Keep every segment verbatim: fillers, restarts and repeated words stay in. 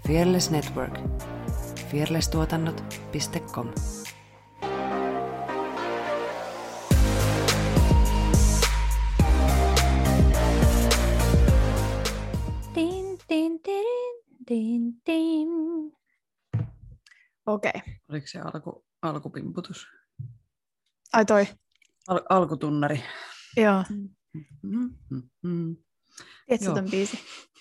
Fearless Network. fearless tuotannot piste com. Tin, tin, tin, tin, tin. Okei. Okay. Oliko se alku, alkupimputus? Ai toi. Al- alkutunnari. Joo. Mm-hmm. Tiedätkö ton biisi?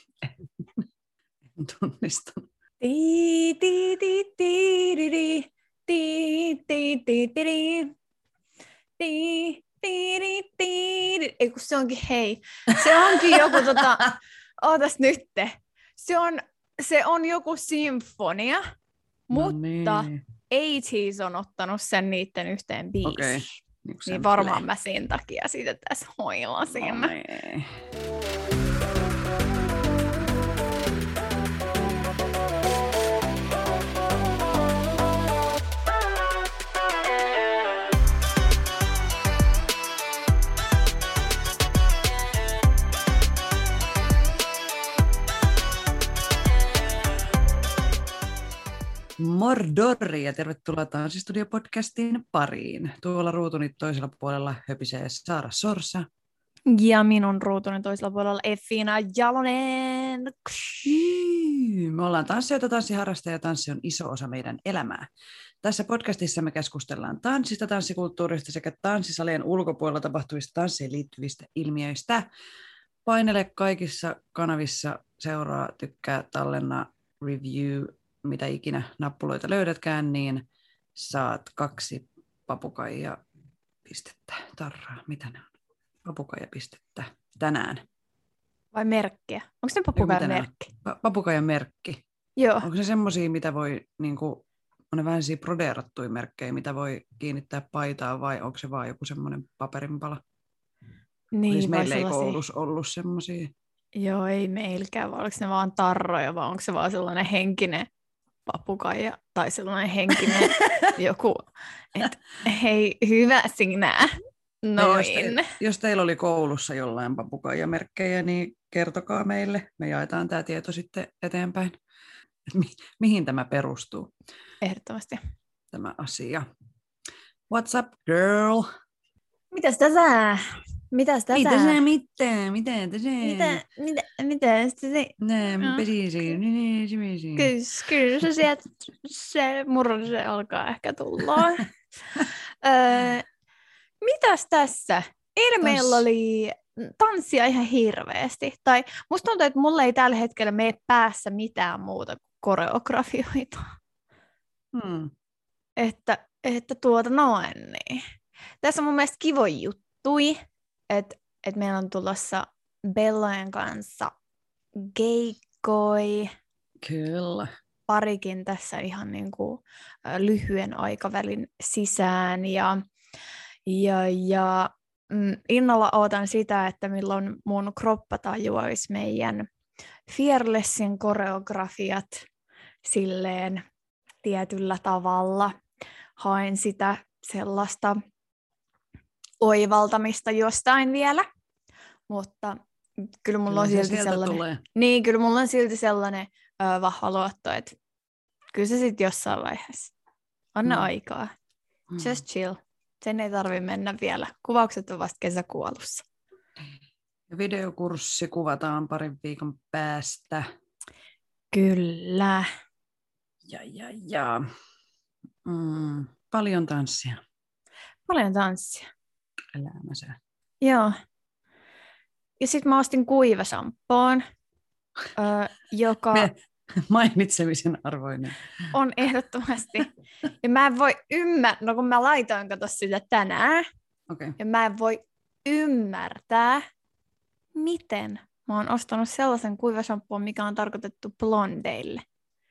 En tunnista. Tii, tii, tii, tii, tii, tii, tii, tii, tii, tii, tii, tii. Ei kun se onkin hei. Se onkin joku tota... Ootas nytte. Se on, se on joku symfonia, no mutta niin. eighties on ottanut sen niitten yhteen biisiin. Okei. Okay. Niin, niin varmaan mä sen takia siitä tässä hoilasin. No niin. Mordori ja tervetuloa Tanssistudio-podcastin pariin. Tuolla ruutuni toisella puolella höpisee Saara Sorsa. Ja minun ruutuni toisella puolella Effina Jalonen. Me ollaan tanssijoita, tanssiharrastajia ja tanssi on iso osa meidän elämää. Tässä podcastissa me keskustellaan tanssista, tanssikulttuurista sekä tanssisalien ulkopuolella tapahtuvista tanssiin liittyvistä ilmiöistä. Painele kaikissa kanavissa, seuraa, tykkää, tallenna, review, mitä ikinä nappuloita löydätkään, niin saat kaksi papukaija-pistettä. Tarraa, mitä ne on? Papukaija-pistettä tänään. Vai merkkiä? Onko se papukaijan merkki? Pa- papukaijan merkki. Joo. Onko se semmosia, mitä voi, niinku, on ne vähän siinä brodeerattuja merkkejä, mitä voi kiinnittää paitaan, vai onko se vaan joku semmoinen paperinpala? Niin, siis meillä ei sellaisia... koulussa ollut semmosia. Joo, ei meilläkään, vai oliko ne vaan tarroja, vai onko se vaan sellainen henkinen papukaija, tai sellainen henkinen joku, että hei, hyvä sinä, noin. Jos, te, jos teillä oli koulussa jollain papukaijamerkkejä, niin kertokaa meille. Me jaetaan tämä tieto sitten eteenpäin. Mi- mihin tämä perustuu? Ehdottomasti. Tämä asia. What's up, girl? Mitäs tässä? Mitäs tässä? Mitä sä mitään? Mitä tässä? Mitä? Mitä? Mitäs tässä? Nää, no. pesisiin. Kyllä, kyllä se sieltä, se murro se alkaa ehkä tulla. öö, mitäs tässä? Eilen Tos... meillä oli tanssia ihan hirveästi. Tai musta tuntuu, että mulla ei tällä hetkellä mene päässä mitään muuta kuin koreografioita. Hmm. Että, että tuota noin niin. Tässä on mun mielestä kivoja juttui, että et meillä on tulossa Bellojen kanssa keikkoi. Kyllä. Parikin tässä ihan niin kuin lyhyen aikavälin sisään. Ja, ja, ja mm, innolla odotan sitä, että milloin mun kroppa tajuaisi meidän Fearlessin koreografiat silleen tietyllä tavalla. Haen sitä sellaista oivaltamista jostain vielä, mutta kyllä mulla kyllä on silti se sellainen, tulee. Niin, kyllä mulla on silti sellainen ö, vahva luotto, että kyllä se sitten jossain vaiheessa. Anna mm. aikaa. Mm. Just chill. Sen ei tarvitse mennä vielä. Kuvaukset on vasta kesäkuun alussa. Videokurssi kuvataan parin viikon päästä. Kyllä. Ja, ja, ja. Mm. Paljon tanssia. Paljon tanssia. Elämänsä. Joo. Ja sitten mä ostin kuivasampoon, ö, joka... Me mainitsemisen arvoinen. On ehdottomasti. Ja mä en voi ymmärtää, no kun mä laitoin kato sitä tänään, okay. ja mä en voi ymmärtää, miten mä oon ostanut sellaisen kuivasampoon, mikä on tarkoitettu blondeille.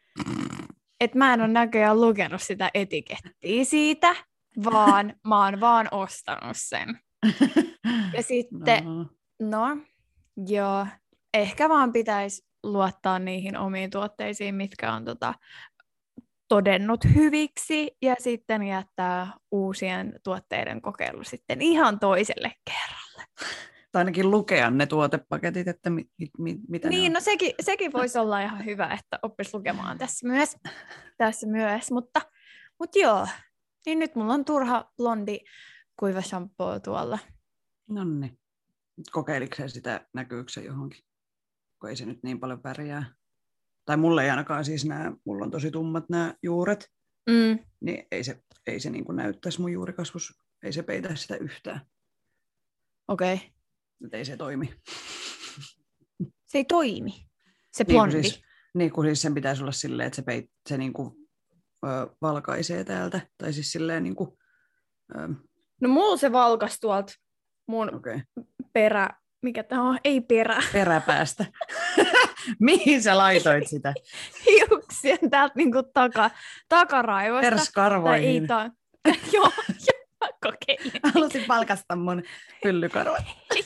Et mä en ole näköjään lukenut sitä etikettiä siitä, vaan mä oon vaan ostanut sen. Ja sitten, no, no joo, ehkä vaan pitäisi luottaa niihin omiin tuotteisiin, mitkä on tota, todennut hyviksi, ja sitten jättää uusien tuotteiden kokeilu sitten ihan toiselle kerralle. Tai ainakin lukea ne tuotepaketit, että mi, mi, mitä Niin, ne on. no sekin, sekin voisi olla ihan hyvä, että oppisi lukemaan tässä myös. Tässä myös, mutta, mutta joo. Niin nyt mulla on turha blondi kuiva shampoo tuolla. Nonni. Kokeiliko se sitä, näkyykö se johonkin? Kun ei se nyt niin paljon pärjää. Tai mulle ei ainakaan siis nämä, mulla on tosi tummat nämä juuret, Mm. niin ei se, ei se niin kuin näyttäisi mun juurikasvus, ei se peitä sitä yhtään. Okei. Okay. Että ei se toimi. Se ei toimi, se Niin blondi. kuin siis, niin kuin siis sen pitäisi olla silleen, että se, peit, se niin kuin, ö, valkaisee täältä. Tai siis silleen niin kuin, ö, No mulla se valkas tuolta mun okay. perä, mikä tää on, ei perä, peräpäästä. Mihin sä laitoit sitä? hiuksien täältä niinku taka, takaraivosta. Tai ei Perskarvoihin. ta... Joo, joo, kokeilin. Halusin valkasta mun pyllykarvat.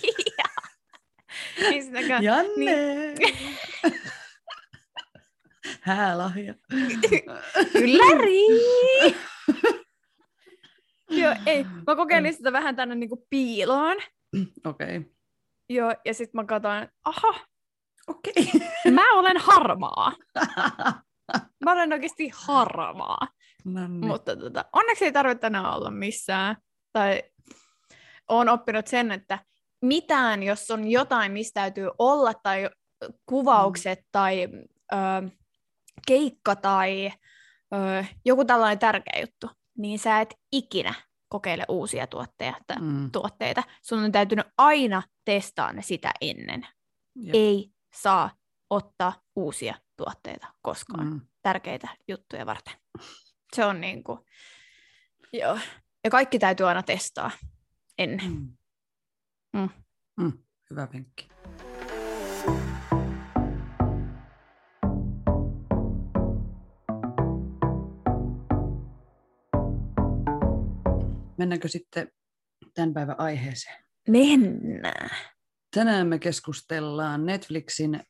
Niin sitäkään- Janne! Niin. Häälahja. Ylläri! Joo, ei. Mä kokeilin sitä vähän tänne niinku piiloon. Okei. Okay. Joo, ja sit mä katsoin, aha, Okei. mä olen harmaa. Mä olen oikeasti harmaa. No niin. Mutta tota, onneksi ei tarvitse enää olla missään. Tai olen oppinut sen, että mitään, jos on jotain, mistä täytyy olla, tai kuvaukset, mm. tai ö, keikka, tai ö, joku tällainen tärkeä juttu, niin sä et ikinä kokeile uusia tuotteita. Mm. tuotteita. Sun on täytynyt aina testaa ne sitä ennen. Jep. Ei saa ottaa uusia tuotteita koskaan. Mm. Tärkeitä juttuja varten. Se on niin kuin, joo. Ja kaikki täytyy aina testaa ennen. Mm. Mm. Mm. Hyvä penkki. Mennäänkö sitten tämän päivän aiheeseen? Mennään. Tänään me keskustellaan Netflixin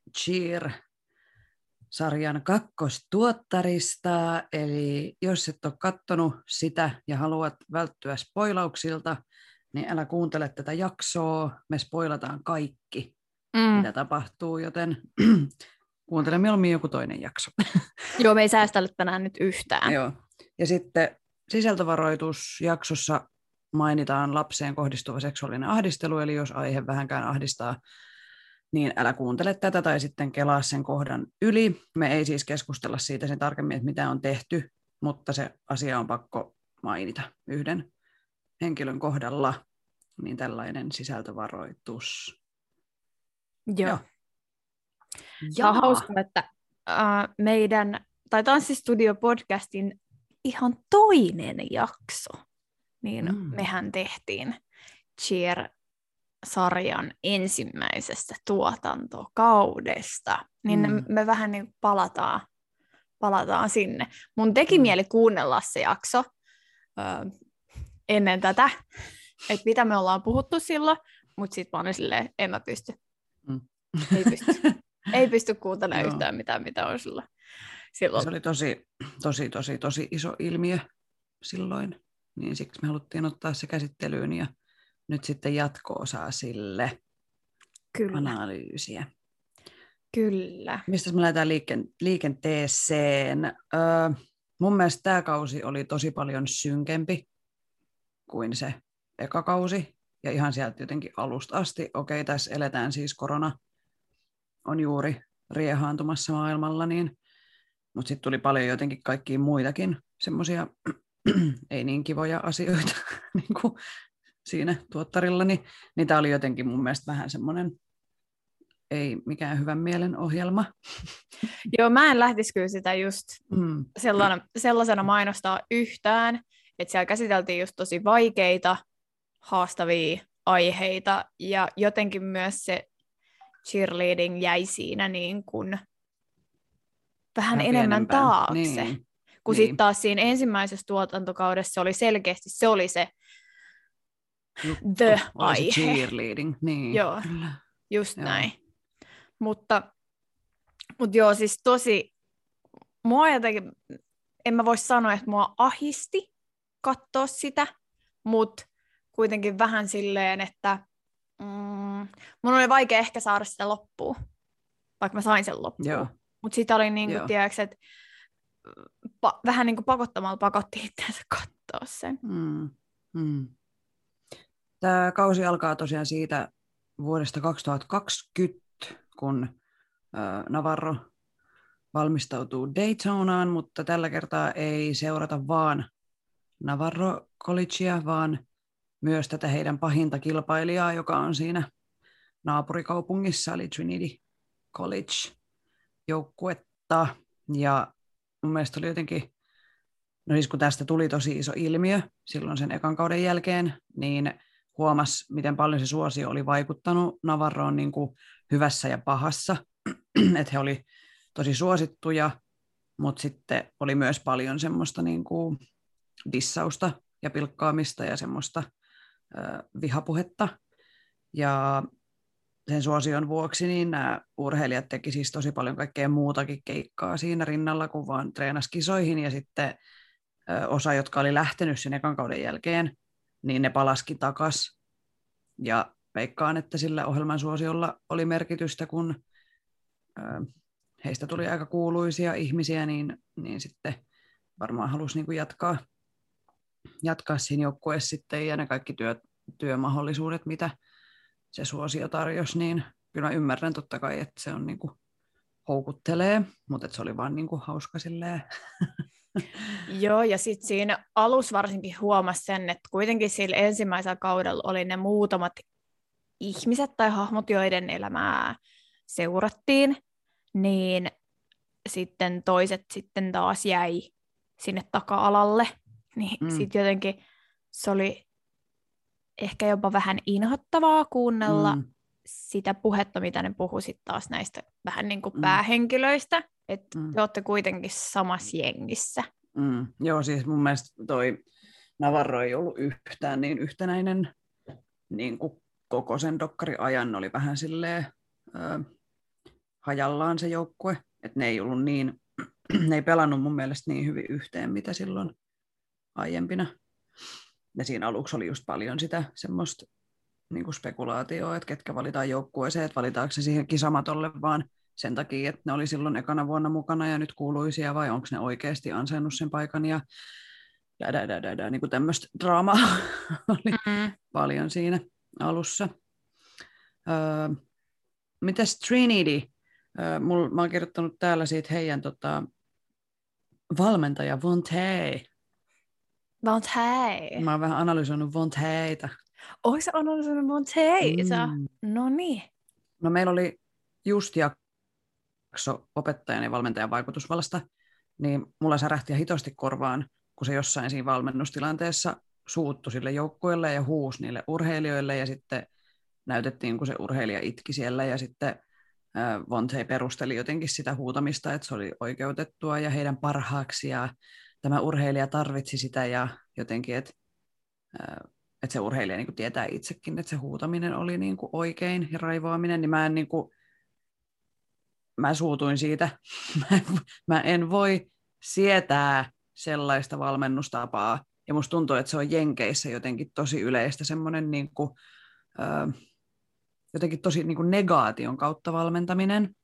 Cheer-sarjan kakkostuottarista, eli jos et ole katsonut sitä ja haluat välttyä spoilauksilta, niin älä kuuntele tätä jaksoa, me spoilataan kaikki, Mm. mitä tapahtuu, joten kuuntele mieluummin joku toinen jakso. Joo, me ei säästellä tänään nyt yhtään. Joo. Ja sitten sisältövaroitusjaksossa mainitaan lapseen kohdistuva seksuaalinen ahdistelu, eli jos aihe vähänkään ahdistaa, niin älä kuuntele tätä tai sitten kelaa sen kohdan yli. Me ei siis keskustella siitä sen tarkemmin, että mitä on tehty, mutta se asia on pakko mainita yhden henkilön kohdalla, niin tällainen sisältövaroitus. Joo. Joo. Tämä on hauska, että äh, meidän, tai Tanssistudio-podcastin ihan toinen jakso, niin Mm. mehän tehtiin Cheer-sarjan ensimmäisestä tuotantokaudesta, niin Mm. me vähän niin palataan, palataan sinne. Mun teki Mm. mieli kuunnella se jakso ö, ennen tätä, että mitä me ollaan puhuttu silloin, mutta sitten mä olin silleen, en mä pysty. Mm. Ei pysty. Ei pysty kuuntelemaan Joo. yhtään mitään, mitä on silloin. silloin. Se oli tosi, tosi, tosi, tosi iso ilmiö silloin, niin siksi me haluttiin ottaa se käsittelyyn ja nyt sitten jatko-osaa sille Kyllä, analyysiä. kyllä. Mistä me lähdetään liiken, liikenteeseen? Öö, mun mielestä tämä kausi oli tosi paljon synkempi kuin se eka kausi. Ja ihan sieltä jotenkin alusta asti. Okei, tässä eletään siis, korona on juuri riehaantumassa maailmalla, niin, mutta sitten tuli paljon jotenkin kaikkia muitakin semmoisia ei niin kivoja asioita niin kuin siinä tuottarilla. Niin, niin tämä oli jotenkin mun mielestä vähän semmoinen ei mikään hyvän mielen ohjelma. Joo, mä en lähtisi kyllä sitä just Mm. sellaisena, sellaisena mainostaa yhtään, että siellä käsiteltiin just tosi vaikeita, haastavia aiheita, ja jotenkin myös se cheerleading jäi siinä niin kuin vähän Vähän enemmän pienempään. taakse. Niin. Kun Niin. sitten taas siinä ensimmäisessä tuotantokaudessa oli selkeästi, se oli se Juttu the oli se aihe. cheerleading. Niin, Joo. kyllä. Just Joo. näin. Mutta, mutta joo, siis tosi, mua jotenkin, en mä voi sanoa, että mua ahisti katsoa sitä, mutta kuitenkin vähän silleen, että mm, Mm. Mun oli vaikea ehkä saada sitä loppuun, vaikka mä sain sen loppuun. Mutta sitten oli niinku, tiedätkö, että pa- vähän niinku pakottamalla pakotti itseänsä katsoa sen. Mm. Mm. Tämä kausi alkaa tosiaan siitä vuodesta kaksituhattakaksikymmentä, kun äh, Navarro valmistautuu Daytonaan, mutta tällä kertaa ei seurata vaan Navarro Collegea, vaan myös tätä heidän pahinta kilpailijaa, joka on siinä naapurikaupungissa, eli Trinity College-joukkuetta. Ja mun mielestä oli jotenkin, no siis kun tästä tuli tosi iso ilmiö silloin sen ekan kauden jälkeen, niin huomasi, miten paljon se suosio oli vaikuttanut Navarroon niin kuin hyvässä ja pahassa, että he oli tosi suosittuja, mutta sitten oli myös paljon semmoista niin kuin dissausta ja pilkkaamista ja semmoista ö, vihapuhetta. Ja sen suosion vuoksi niin nämä urheilijat teki siis tosi paljon kaikkea muutakin keikkaa siinä rinnalla, kun vaan treenasi kisoihin. Ja sitten ö, osa, jotka oli lähtenyt sen ekan kauden jälkeen, niin ne palaski takas. Ja veikkaan, että sillä ohjelman suosiolla oli merkitystä, kun ö, heistä tuli aika kuuluisia ihmisiä, niin, niin sitten varmaan halusi niin kuin jatkaa, jatkaa siinä joukkueessa sitten, ja ne kaikki työ, työmahdollisuudet, mitä se suosio tarjosi, niin kyllä mä ymmärrän totta kai, että se on niin kuin houkuttelee, mutta se oli vaan niin kuin hauska silleen. Joo, ja sitten siinä alussa varsinkin huomasi sen, että kuitenkin sillä ensimmäisellä kaudella oli ne muutamat ihmiset tai hahmot, joiden elämää seurattiin, niin sitten toiset sitten taas jäi sinne taka-alalle, niin mm. sitten jotenkin se oli ehkä jopa vähän inhottavaa kuunnella mm. sitä puhetta, mitä ne puhui sitten taas näistä vähän niin kuin mm. päähenkilöistä, että mm. te olette kuitenkin samassa jengissä. Mm. Joo, siis mun mielestä toi Navarro ei ollut yhtään niin yhtenäinen niin kuin koko sen dokkariajan, oli vähän silleen ö, hajallaan se joukkue, että ne ei ollut niin, ne ei pelannut mun mielestä niin hyvin yhteen, mitä silloin aiempina. Ja siinä aluksi oli just paljon sitä semmoista niin kuin spekulaatioa, että ketkä valitaan joukkueeseen, että valitaanko se siihen kisamatolle vaan sen takia, että ne oli silloin ekana vuonna mukana ja nyt kuuluisia, vai onko ne oikeasti ansainnut sen paikan, ja dä, dä, dä, dä, dä, niin kuin tämmöistä draamaa oli mm-hmm. paljon siinä alussa. Öö, mitäs Trinity? Öö, mul, mä oon kirjoittanut täällä siitä heidän tota, valmentaja Vontae. Vontae. Mä oon vähän analysoinut Vontaeita. Oletko sä analysoinut Vontaeita? Mm. No niin. No meillä oli just jakso opettajan ja valmentajan vaikutusvallasta, niin mulla särähti hitosti korvaan, kun se jossain siinä valmennustilanteessa suuttui sille joukkueelle ja huusi niille urheilijoille, ja sitten näytettiin, kun se urheilija itki siellä, ja sitten äh, Vontae perusteli jotenkin sitä huutamista, että se oli oikeutettua ja heidän parhaaksi, ja tämä urheilija tarvitsi sitä, ja jotenkin, että äh, että se urheilija niin kuin tietää itsekin, että se huutaminen oli niin kuin oikein ja raivoaminen, niin mä en, niin kuin, mä suutuin siitä. Mä en, mä en voi sietää sellaista valmennustapaa, ja musta tuntuu, että se on Jenkeissä jotenkin tosi yleistä, semmoinen niin kuin, ö, jotenkin tosi niin kuin negaation kautta valmentaminen.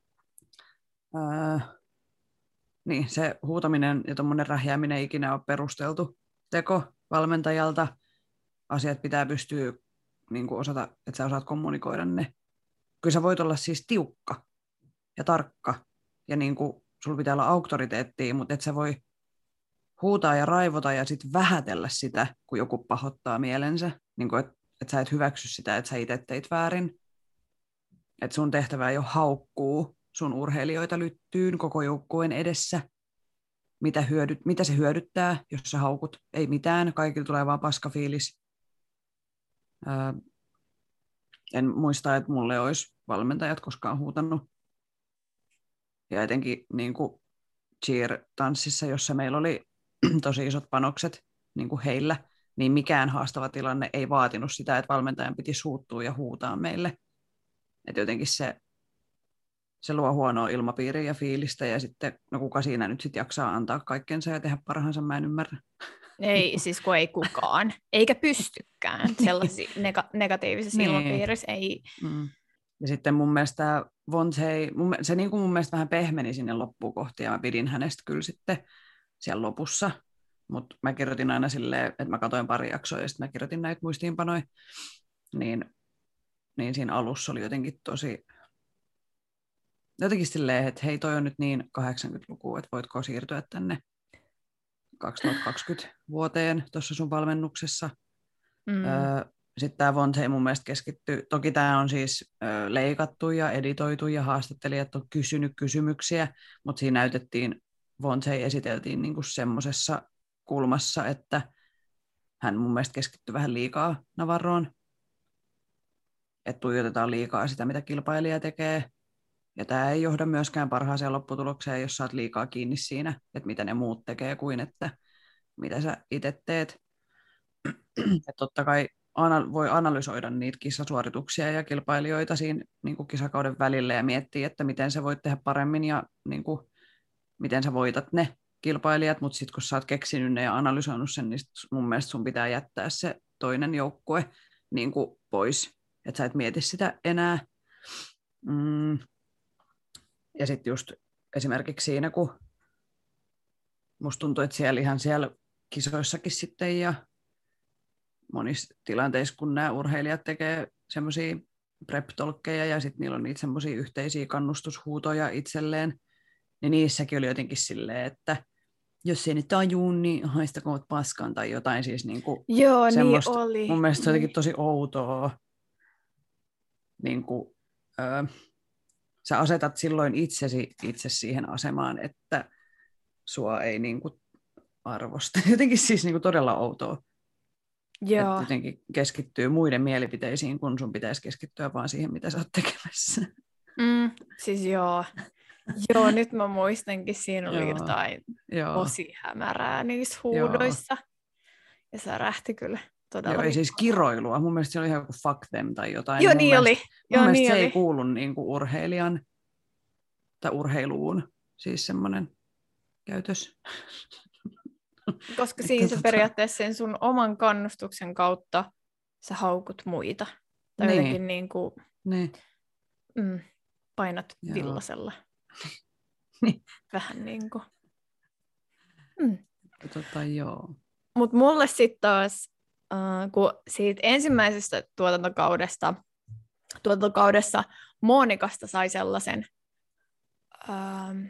Ö, niin, se huutaminen ja tommoinen rähjääminen ei ikinä ole perusteltu teko valmentajalta. Asiat pitää pystyä niin kuin osata, että sä osaat kommunikoida ne. Kyllä sä voit olla siis tiukka ja tarkka, ja niin kuin, sulla pitää olla auktoriteettia, mutta et sä voi huutaa ja raivota ja sitten vähätellä sitä, kun joku pahoittaa mielensä, niin kuin, että et sä et hyväksy sitä, että sä itse teit väärin. Että sun tehtävä ei ole haukkuu sun urheilijoita lyttyyn koko joukkueen edessä. Mitä, hyödyt, mitä se hyödyttää, jos sä haukut? Ei mitään, kaikilla tulee vaan paskafiilis. Öö, en muista, että mulle olisi valmentajat koskaan huutanut. Ja etenkin niin kuin cheer-tanssissa, jossa meillä oli tosi isot panokset niin kuin heillä, niin mikään haastava tilanne ei vaatinut sitä, että valmentajan piti suuttua ja huutaa meille. Että jotenkin se, se luo huonoa ilmapiiriä ja fiilistä, ja sitten no kuka siinä nyt sitten jaksaa antaa kaikkensa ja tehdä parhaansa, mä en ymmärrä. Ei, siis kun ei kukaan, eikä pystykään sellaisia nega- negatiivisessa Niin. ilmapiirissä. Ei. Mm. Ja sitten mun mielestä Vontae, mun, se niin kuin mun mielestä vähän pehmeni sinne loppuun kohti, ja mä pidin hänestä kyllä sitten siellä lopussa. Mutta mä kirjoitin aina silleen, että mä katsoin pari jaksoa, ja sitten mä kirjoitin näitä muistiinpanoja. Niin, niin siinä alussa oli jotenkin tosi... Jotenkin silleen, että hei, toi on nyt niin kahdeksankymmentäluku, että voitko siirtyä tänne kaksituhattakaksikymmentä vuoteen tuossa sun valmennuksessa. Mm. Öö, Sitten tämä Vontae mun mielestä keskittyy, toki tämä on siis ö, leikattu ja editoitu ja haastattelijat on kysynyt kysymyksiä, mutta siinä näytettiin, Vontae esiteltiin niinku semmoisessa kulmassa, että hän mun mielestä keskittyi vähän liikaa Navarroon, että tuijotetaan liikaa sitä, mitä kilpailija tekee, ja tämä ei johda myöskään parhaaseen lopputulokseen, jos sä oot liikaa kiinni siinä, että mitä ne muut tekee, kuin että mitä sä itse teet. Ja totta kai voi analysoida niitä kisasuorituksia ja kilpailijoita siinä niin kuin kisakauden välillä ja miettiä, että miten sä voit tehdä paremmin ja niin kuin, miten sä voitat ne kilpailijat, mutta sitten kun sä oot keksinyt ne ja analysoinut sen, niin mun mielestä sun pitää jättää se toinen joukkue niin kuin pois, että sä et mieti sitä enää. Mm. Ja sitten just esimerkiksi siinä, kun musta tuntuu, että siellä ihan siellä kisoissakin sitten ja monissa tilanteissa, kun nämä urheilijat tekee semmoisia prep-tolkkeja ja sitten niillä on niitä semmoisia yhteisiä kannustushuutoja itselleen, niin niissäkin oli jotenkin silleen, että jos ei nyt tajuu, niin haistakoot paskaan tai jotain siis niinku Joo, semmoista. niin oli. Mun mielestä se on niin. jotenkin tosi outoa. Niinku, ö, sä asetat silloin itsesi itse siihen asemaan, että sua ei niinku arvosta. Jotenkin siis niinku todella outoa. Joo. Että jotenkin keskittyy muiden mielipiteisiin, kun sun pitäisi keskittyä vaan siihen, mitä sä oot tekemässä. Mm, siis joo. Joo, nyt mä muistankin, siinä oli Joo. jotain Joo. tosi hämärää niissä huudoissa. Ja se rähti kyllä todella. Joo, ei siis kiroilua. Mun mielestä se oli ihan joku fuck them tai jotain. Joo, mun niin mielestä, oli. Mun Joo, mielestä niin se oli. ei kuulu niin kuin urheilijan tai urheiluun. Siis semmoinen käytös. Koska Että siinä se tota- periaatteessa sen sun oman kannustuksen kautta sä haukut muita. Tai Niin. jotenkin niin kuin, Niin. mm, painat Joo. villasella. Niin. Vähän niin kuin. Mm. Tota, joo. Mutta mulle sitten taas, äh, kun siitä ensimmäisestä tuotantokaudesta, tuotantokaudessa Monikasta sai sellaisen ähm,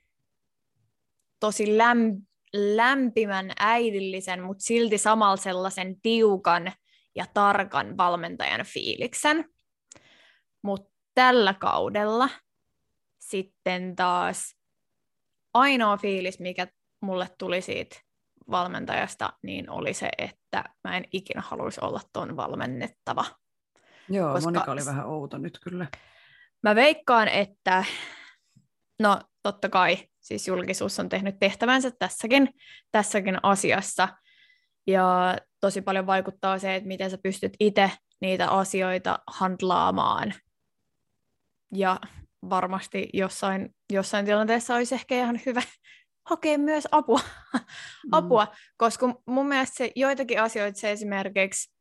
tosi läm, lämpimän, äidillisen, mutta silti samalla sellaisen tiukan ja tarkan valmentajan fiiliksen. Mutta tällä kaudella sitten taas ainoa fiilis, mikä mulle tuli siitä valmentajasta, niin oli se, että mä en ikinä haluaisi olla ton valmennettava. Joo, Koska Monika oli vähän outo nyt kyllä. Mä veikkaan, että no totta kai, siis julkisuus on tehnyt tehtävänsä tässäkin, tässäkin asiassa. Ja tosi paljon vaikuttaa se, että miten sä pystyt itse niitä asioita handlaamaan. Ja varmasti jossain, jossain tilanteessa olisi ehkä ihan hyvä hakea myös apua, mm. apua, koska mun mielestä se joitakin asioita se esimerkiksi,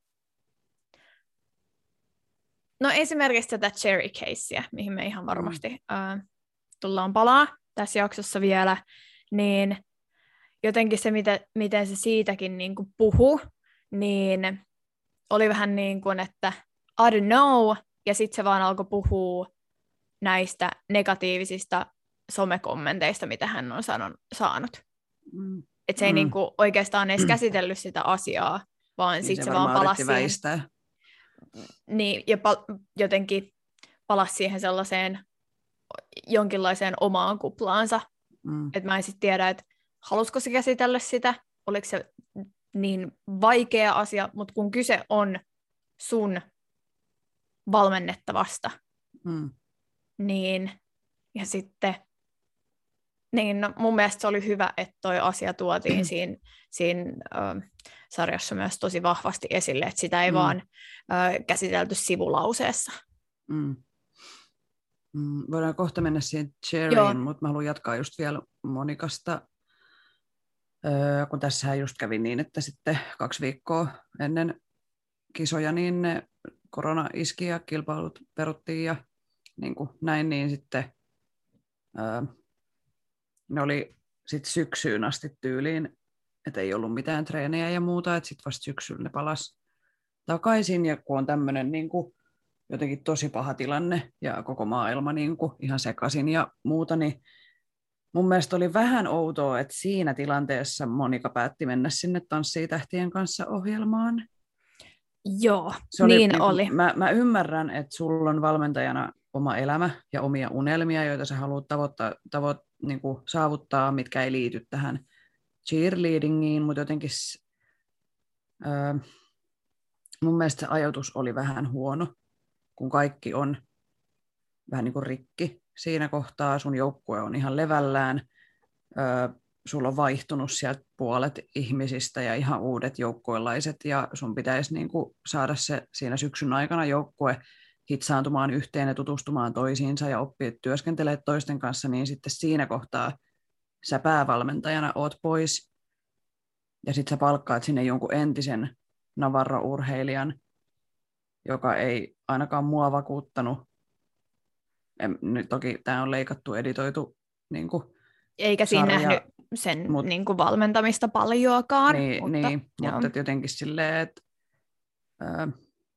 no esimerkiksi tätä cherry casea, mihin me ihan varmasti mm. äh, tullaan palaa tässä jaksossa vielä, niin jotenkin se, mitä, miten se siitäkin niin kuin puhui, niin oli vähän niin kuin, että I don't know, ja sitten se vaan alkoi puhua näistä negatiivisista somekommenteista, mitä hän on sanon, saanut. Mm. Että se ei mm. niinku oikeastaan edes käsitellyt sitä asiaa, vaan niin sitten se, se vaan palasi siihen. Niin, ja pal- jotenkin palasi siihen sellaiseen jonkinlaiseen omaan kuplaansa. Mm. Että mä en sitten tiedä, että halusiko se käsitellä sitä, oliko se niin vaikea asia, mutta kun kyse on sun valmennettavasta, mm. niin ja sitten niin no, mun mielestä se oli hyvä, että toi asia tuotiin siinä, siinä äh, sarjassa myös tosi vahvasti esille, että sitä ei mm. vaan äh, käsitelty sivulauseessa. Mm. Mm, voidaan kohta mennä siihen Cherryin, mutta mä haluan jatkaa just vielä Monikasta. Öö, kun tässähän just kävi niin, että sitten kaksi viikkoa ennen kisoja niin ne korona iski ja kilpailut peruttiin ja niin kuin näin, niin sitten öö, ne oli sitten syksyyn asti tyyliin, että ei ollut mitään treenejä ja muuta, että sitten vasta syksyllä ne palas takaisin, ja kun on tämmöinen niin kuin jotenkin tosi paha tilanne ja koko maailma niin kuin ihan sekaisin ja muuta, niin mun mielestä oli vähän outoa, että siinä tilanteessa Monika päätti mennä sinne Tanssii tähtien kanssa -ohjelmaan. Joo, Se oli, niin niin kuin, oli. Mä, mä ymmärrän, että sulla on valmentajana oma elämä ja omia unelmia, joita sä haluat tavoittaa, tavo, niin kuin saavuttaa, mitkä ei liity tähän cheerleadingiin, mutta jotenkin äh, mun mielestä se ajatus oli vähän huono, kun kaikki on vähän niin kuin rikki siinä kohtaa, sun joukkue on ihan levällään, öö, sulla on vaihtunut sieltä puolet ihmisistä ja ihan uudet joukkuelaiset, ja sun pitäisi niin kuin saada se siinä syksyn aikana joukkue hitsaantumaan yhteen ja tutustumaan toisiinsa ja oppia työskentelemään toisten kanssa, niin sitten siinä kohtaa sä päävalmentajana oot pois, ja sitten sä palkkaat sinne jonkun entisen Navarro-urheilijan, joka ei ainakaan mua vakuuttanut. En, nyt toki tämä on leikattu, editoitu niin kuin Eikä siinä sarja, nähnyt sen mut, niin kuin valmentamista paljoakaan. Niin, mutta, niin, mutta jotenkin silleen, että äh,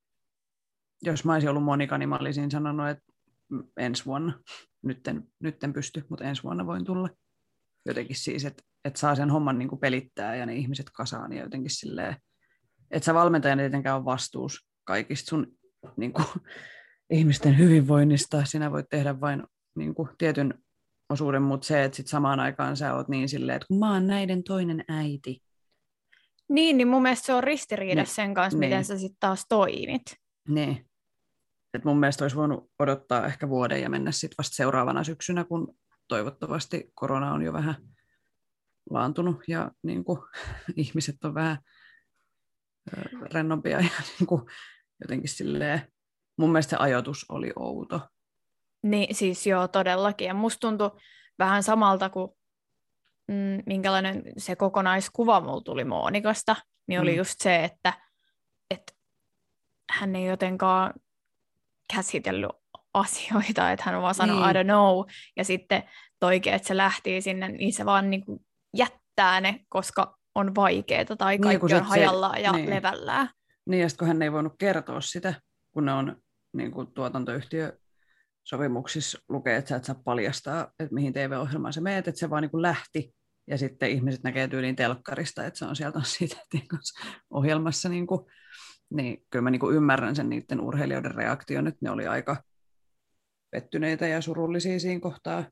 jos mä olisin ollut Monika, niin mä olisin sanonut, että ensi vuonna, nyt en, nyt en pysty, mutta ensi vuonna voin tulla. Jotenkin siis, että, että saa sen homman niin kuin pelittää ja ne ihmiset kasaan ja jotenkin silleen, että sä valmentajana tietenkään on vastuus kaikista sun niin kuin, ihmisten hyvinvoinnista. Sinä voit tehdä vain niin kuin, tietyn osuuden, mutta se, että sit samaan aikaan sä oot niin silleen, että kun mä oon näiden toinen äiti. Niin, niin mun mielestä se on ristiriidassa niin, sen kanssa, niin. Miten sä sitten taas toimit. Niin. Et mun mielestä olisi voinut odottaa ehkä vuoden ja mennä sitten vasta seuraavana syksynä, kun toivottavasti korona on jo vähän laantunut ja niin kuin, ihmiset on vähän rennompia ja niin kuin, jotenkin silleen, mun mielestä se ajatus oli outo. Niin, siis joo, todellakin. Ja musta tuntui vähän samalta kuin mm, minkälainen se kokonaiskuva mulla tuli Monikasta, niin oli Mm. just se, että, että hän ei jotenkaan käsitellyt asioita, että hän on vaan sanonut Niin. I don't know, ja sitten toikin, että se lähti sinne, niin se vaan niin kuin jättää ne, koska on vaikeaa tai Niin, kaikki kun se- on hajallaan ja niin. levällään. Niin, ja sitten kun hän ei voinut kertoa sitä, kun ne on niin kuin tuotantoyhtiösopimuksissa lukee, että sä et saa paljastaa, että mihin T V-ohjelmaan sä meet, että se vaan niin kuin lähti, ja sitten ihmiset näkee tyyliin telkkarista, että se on sieltä siitä ohjelmassa, niin, kuin, niin kyllä mä niin kuin ymmärrän sen niiden urheilijoiden reaktion, että ne oli aika pettyneitä ja surullisia siinä kohtaa.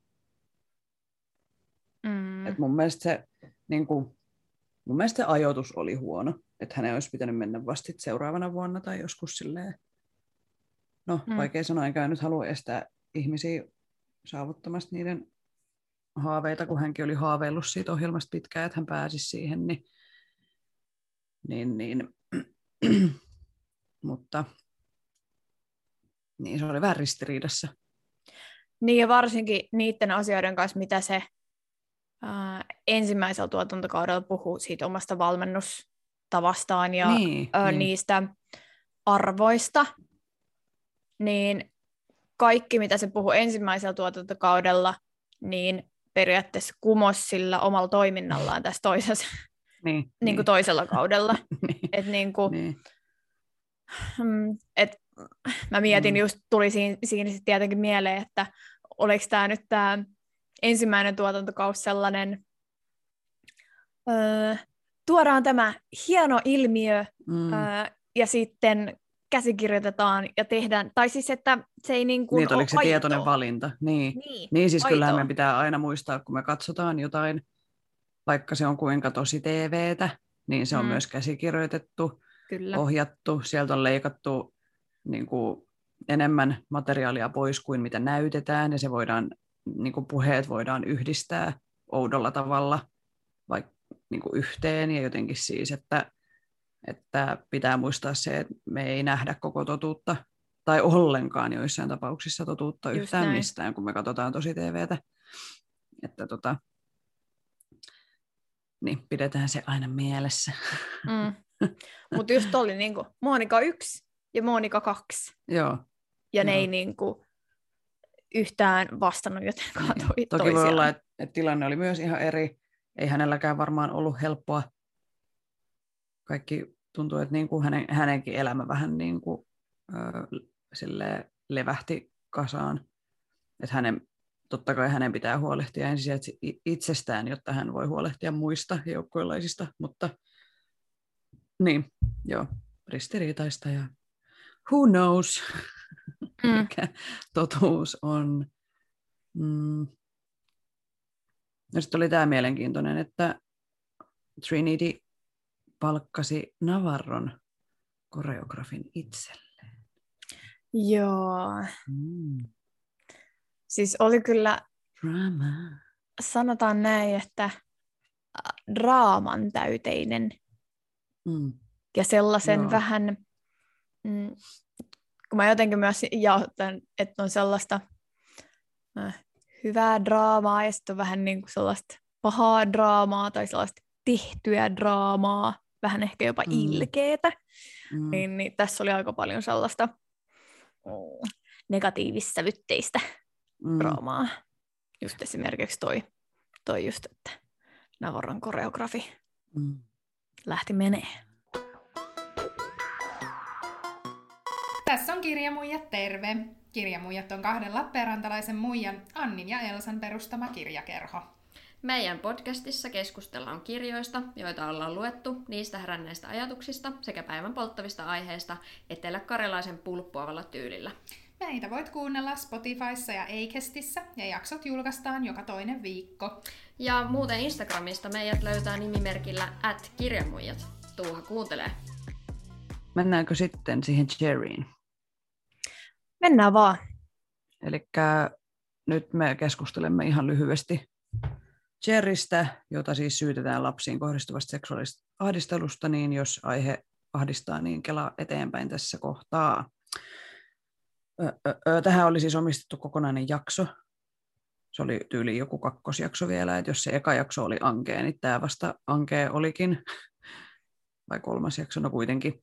Mm. Et mun mielestä se, niin kuin, mun mielestä se ajoitus oli huono, että hänen olisi pitänyt mennä vasta seuraavana vuonna tai joskus silleen. No, Mm. vaikea sanoa, enkä nyt halua estää ihmisiä saavuttamasta niiden haaveita, kun hänkin oli haaveillut siitä ohjelmasta pitkään, että hän pääsisi siihen, niin, niin, niin. mutta niin se oli vähän ristiriidassa. Niin ja varsinkin niiden asioiden kanssa, mitä se ää, ensimmäisellä tuotantokaudella puhuu siitä omasta valmennustavastaan ja Niin, ää, niin. niistä arvoista, niin kaikki, mitä se puhuu ensimmäisellä tuotantokaudella, niin periaatteessa kumosi sillä omalla toiminnallaan tässä toisessa, Niin, niin niin. kuin toisella kaudella. niin, Et niin kuin, niin. mm, et mä mietin, Mm. just tuli siinä, siinä sitten tietenkin mieleen, että oliko tämä nyt tämä ensimmäinen tuotantokausi sellainen, öö, tuodaan tämä hieno ilmiö Mm. öö, ja sitten käsikirjoitetaan ja tehdään, tai siis että se ei niin kuin Niin, ole oliko se aitoa. tietoinen valinta? Niin, Niin, niin siis kyllähän aitoa. me pitää aina muistaa, kun me katsotaan jotain, vaikka se on kuinka tosi T V:tä, niin se on Mm. myös käsikirjoitettu, Kyllä. ohjattu, sieltä on leikattu niin kuin, enemmän materiaalia pois kuin mitä näytetään, ja se voidaan, niin kuin puheet voidaan yhdistää oudolla tavalla vaikka niin kuin yhteen, ja jotenkin siis, että, että pitää muistaa se, että me ei nähdä koko totuutta, tai ollenkaan joissain tapauksissa totuutta Just yhtään näin. mistään, kun me katsotaan tosi T V:tä. Että tota, niin pidetään se aina mielessä. Mm. Mutta just oli niinku Monika yksi ja Monika kaksi. Joo. Ja ne Joo. ei niinku yhtään vastannut jotenkaan Niin. to- Toki toisiaan. voi olla, että et tilanne oli myös ihan eri. Ei hänelläkään varmaan ollut helppoa. Kaikki tuntuu, että niin kuin hänen, hänenkin elämä vähän niin kuin, ö, levähti kasaan. Että hänen, totta kai hänen pitää huolehtia ensisijaisesti itsestään, jotta hän voi huolehtia muista joukkuelaisista. Mutta niin, joo, ristiriitaista ja who knows, Mm. mikä totuus on. Mm. Ja sitten oli tämä mielenkiintoinen, että Trinity palkkasi Navarron koreografin itselleen. Joo. Mm. Siis oli kyllä, Drama. sanotaan näin, että äh, draaman täyteinen. Mm. Ja sellaisen Joo. vähän, mm, kun mä jotenkin myös jaotan, että on sellaista äh, hyvää draamaa ja sitten on vähän niin kuin sellaista pahaa draamaa tai sellaista tehtyä draamaa, vähän ehkä jopa Mm. ilkeetä. Mm. Niin, niin tässä oli aika paljon sellaista mm, negatiivissävytteistä Mm. draamaa. Just esimerkiksi toi, toi just, että Navarron koreografi Mm. lähti menee. Tässä on Kirjamuijat, terve! Kirjamuijat on kahden lappeenrantalaisen muijan, Annin ja Elsan perustama kirjakerho. Meidän podcastissa keskustellaan kirjoista, joita ollaan luettu, niistä heränneistä ajatuksista sekä päivän polttavista aiheista eteläkarjalaisen pulppuavalla tyylillä. Meitä voit kuunnella Spotifyssa ja Acastissa ja jaksot julkaistaan joka toinen viikko. Ja muuten Instagramista meidät löytää nimimerkillä at kirjamuijat. Tuuha kuuntelee. Mennäänkö sitten siihen Jerryin? Mennään vaan. Elikkä nyt me keskustelemme ihan lyhyesti Jerrystä, jota siis syytetään lapsiin kohdistuvasta seksuaalisesta ahdistelusta, niin jos aihe ahdistaa, niin kelaa eteenpäin tässä kohtaa. Tähän oli siis omistettu kokonainen jakso. Se oli tyyli joku kakkosjakso vielä, että jos se eka jakso oli ankea, niin tämä vasta ankea olikin. Vai kolmas jakso, no kuitenkin.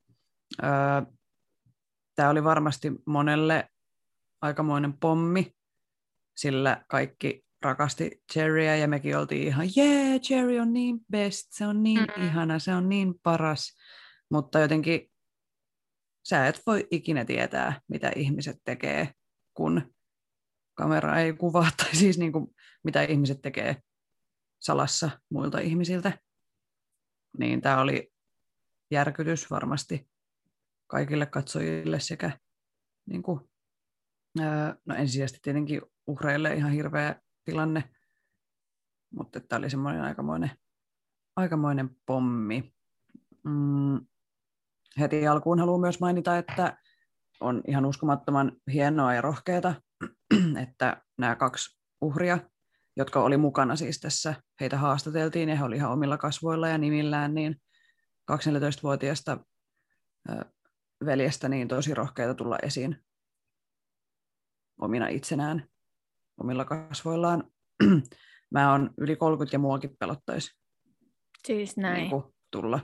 Tämä oli varmasti monelle aikamoinen pommi, sillä kaikki rakasti Jerryä ja mekin oltiin ihan, jee, yeah, Jerry on niin best, se on niin mm-hmm. ihana, se on niin paras. Mutta jotenkin sä et voi ikinä tietää, mitä ihmiset tekee, kun kamera ei kuvaa, tai siis niin kuin, mitä ihmiset tekee salassa muilta ihmisiltä. Niin tämä oli järkytys varmasti kaikille katsojille sekä niin kuin, no ensisijaisesti tietenkin uhreille ihan hirveä tilanne, mutta tämä oli semmoinen aikamoinen, aikamoinen pommi. Mm. Heti alkuun haluan myös mainita, että on ihan uskomattoman hienoa ja rohkeata, että nämä kaksi uhria, jotka oli mukana siis tässä, heitä haastateltiin ja he olivat ihan omilla kasvoilla ja nimillään, niin kaksi neljätoistavuotiaasta veljestä niin tosi rohkeita tulla esiin omina itsenään, omilla kasvoillaan. Mä oon yli kolmekymmentä ja muakin pelottaisi Siis näin. Niin kuin tulla,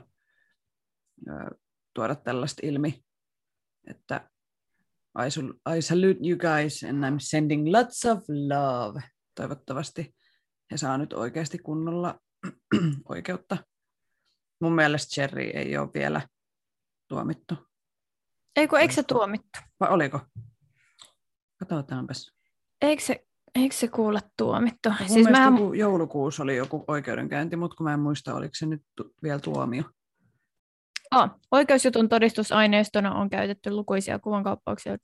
tuoda tällaista ilmi, että I, I salute you guys and I'm sending lots of love. Toivottavasti he saa nyt oikeasti kunnolla oikeutta. Mun mielestä Jerry ei ole vielä tuomittu. Ei kun, eikö se tuomittu? Vai oliko? Katsotaanpas. Eikö se, eikö se kuule tuomittu? Mun siis mielestä mä... joku joulukuussa oli joku oikeudenkäynti, mutta kun mä en muista, oliko se nyt tu- vielä tuomio. Oh, oikeusjutun todistusaineistona on käytetty lukuisia kuvankaappauksia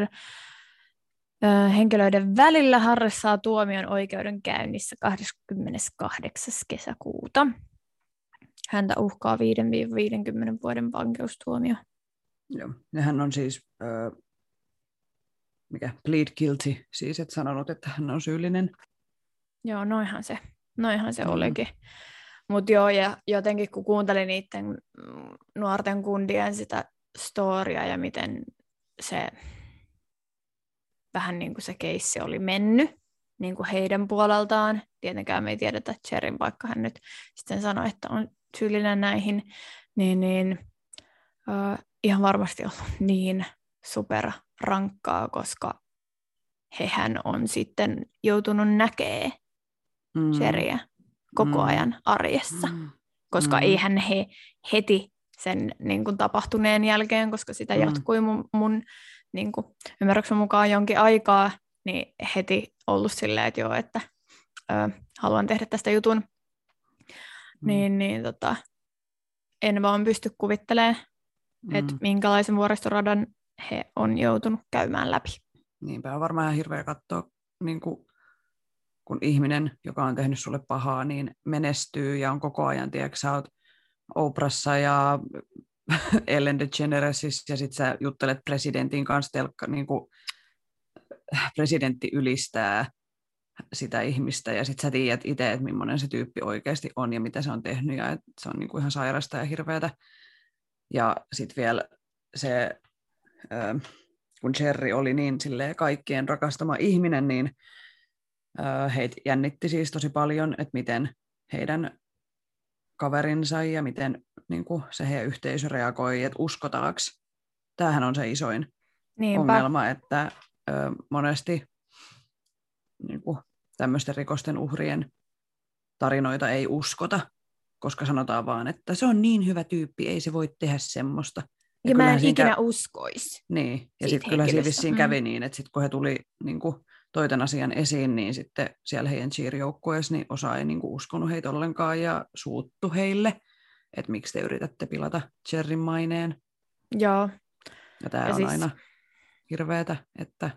henkilöiden välillä. Harri saa tuomion oikeudenkäynnissä kahdeskymmeneskahdeksas kesäkuuta. Häntä uhkaa viiden viidenkymmenen vuoden vankeustuomio. Joo, ja hän on siis äh, mikä, plead guilty, siis et sanonut, että hän on syyllinen. Joo, noihan se, noihan se Mm. olikin. Mutta joo, ja jotenkin kun kuuntelin niiden nuorten kundien sitä storya ja miten se vähän niin kuin se keissi oli mennyt, niin kuin heidän puoleltaan. Tietenkään me ei tiedetä Cherryn, vaikka hän nyt sitten sanoi, että on syyllinen näihin, niin, niin uh, ihan varmasti ollut niin superrankkaa, koska hehän on sitten joutunut näkemään Mm. Cherryä koko Mm. ajan arjessa, Mm. koska Mm. eihän he heti sen niin kuin tapahtuneen jälkeen, koska sitä Mm. jatkui mun, mun niin kuin, ymmärryksen mukaan jonkin aikaa, niin heti ollut silleen, että joo, että ö, haluan tehdä tästä jutun. Mm. Niin, niin tota, en vaan pysty kuvittelemaan, Mm. että minkälaisen vuoristoradan he on joutunut käymään läpi. Niinpä on varmaan ihan hirveä katsoa, niin kuin, kun ihminen, joka on tehnyt sulle pahaa, niin menestyy ja on koko ajan, tiedätkö, sä oot Oprassa ja Ellen DeGeneresissa ja sit sä juttelet presidentin kanssa, telkka, niin kuin, presidentti ylistää sitä ihmistä ja sit sä tiedät itse, että millainen se tyyppi oikeasti on ja mitä se on tehnyt ja että se on niin kuin ihan sairasta ja hirveätä. Ja sit vielä se, äh, kun Cherry oli niin silleen kaikkien rakastama ihminen, niin äh, heitä jännitti siis tosi paljon, että miten heidän kaverinsa ja miten niin kuin se heidän yhteisö reagoi, että uskotaanko. Tämähän on se isoin Niinpä. ongelma, että ö, monesti niin kuin tämmöisten rikosten uhrien tarinoita ei uskota, koska sanotaan vaan, että se on niin hyvä tyyppi, ei se voi tehdä semmoista. Ja, ja mä en siinä ikinä kä- uskoisi. Niin, ja siitä sitten kyllä siinä henkilöstä. vissiin Mm. kävi niin, että sitten kun he tuli niin kuin toiten asian esiin, niin sitten siellä heidän cheer-joukkueessa niin osa ei niin kuin uskonut heitä ollenkaan ja suuttu heille, että miksi te yritätte pilata Cherryn maineen. Joo. Ja tämä Ja on siis- aina hirveätä, että...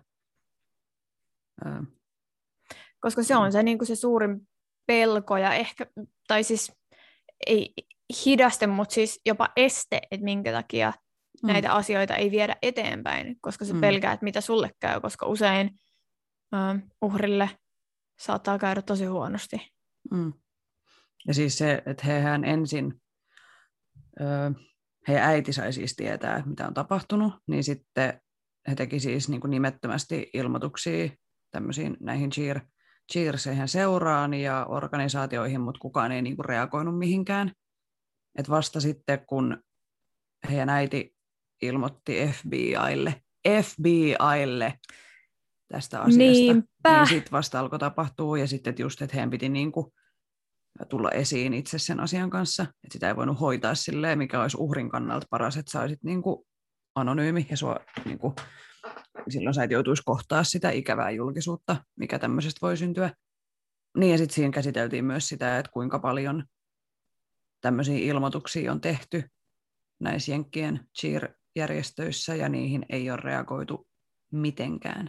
Ää, Koska se on se, niin kuin se suurin pelko ja ehkä, tai siis ei hidaste, mutta siis jopa este, että minkä takia mm, näitä asioita ei viedä eteenpäin, koska se Mm. pelkää, että mitä sulle käy, koska usein ö, uhrille saattaa käydä tosi huonosti. mm. Ja siis se, että hehän ensin, ö, heidän äiti sai siis tietää, että mitä on tapahtunut, niin sitten he teki siis niin kuin nimettömästi ilmoituksia tämmöisiin näihin cheer, cheerseihin seuraan ja organisaatioihin, mutta kukaan ei niin kuin reagoinut mihinkään. Et vasta sitten, kun heidän äiti ilmoitti F B I:lle, F B I:lle tästä asiasta, Niinpä. niin sitten vasta alkoi tapahtua ja sitten että just, että heidän piti niin kuin tulla esiin itse sen asian kanssa, että sitä ei voinut hoitaa silleen, mikä olisi uhrin kannalta paras, että sä olisit niin kuin anonyymi ja sua, niin kuin, silloin sä et joutuisi kohtaa sitä ikävää julkisuutta, mikä tämmöisestä voi syntyä. Niin ja sitten siinä käsiteltiin myös sitä, että kuinka paljon tämmöisiä ilmoituksia on tehty näissä Jenkkien cheer-järjestöissä ja niihin ei ole reagoitu mitenkään.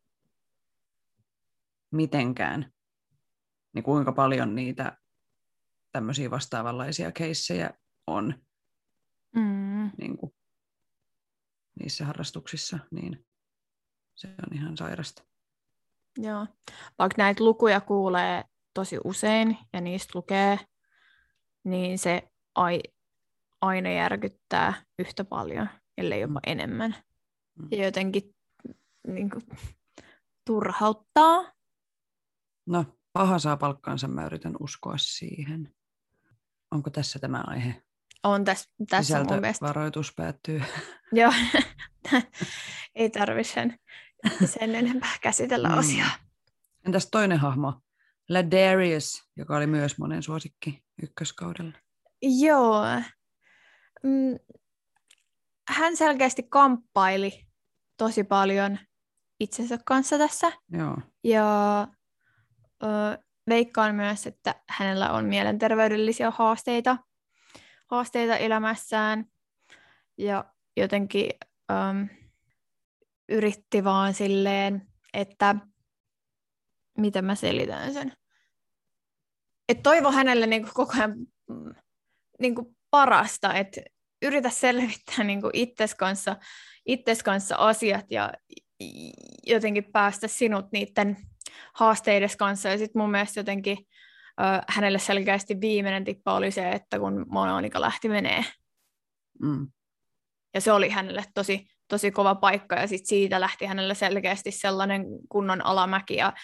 Mitenkään. Niin kuinka paljon niitä tämmöisiä vastaavanlaisia keissejä on Mm. niin kuin niissä harrastuksissa, niin se on ihan sairasta. Joo. Vaikka näitä lukuja kuulee tosi usein ja niistä lukee, niin se ai, aina järkyttää yhtä paljon, ellei jopa Mm. enemmän. Mm. Ja jotenkin niin kuin, turhauttaa. No, paha saa palkkaansa, mä yritän uskoa siihen. Onko tässä tämä aihe? On tässä, tässä mun mielestä. Sisältövaroitus päättyy. Joo, ei tarvitse sen, sen enempää käsitellä Mm. asiaa. Entäs toinen hahmo? Ladarius, joka oli myös monen suosikki ykköskaudella. Joo. Mm, hän selkeästi kamppaili tosi paljon itsensä kanssa tässä. Joo. Ja ö, veikkaan myös, että hänellä on mielenterveydellisiä haasteita, haasteita elämässään. Ja jotenkin äm, yritti vaan silleen, että miten mä selitän sen. Että toivo hänelle niinku koko ajan mm, niinku parasta, että yritä selvittää niinku itses kanssa, itses kanssa asiat ja jotenkin päästä sinut niiden haasteiden kanssa. Ja sitten mun mielestä jotenkin ö, hänelle selkeästi viimeinen tippa oli se, että kun Monika lähti menee. Mm. Ja se oli hänelle tosi, tosi kova paikka, ja sit siitä lähti hänelle selkeästi sellainen kunnon alamäki, ja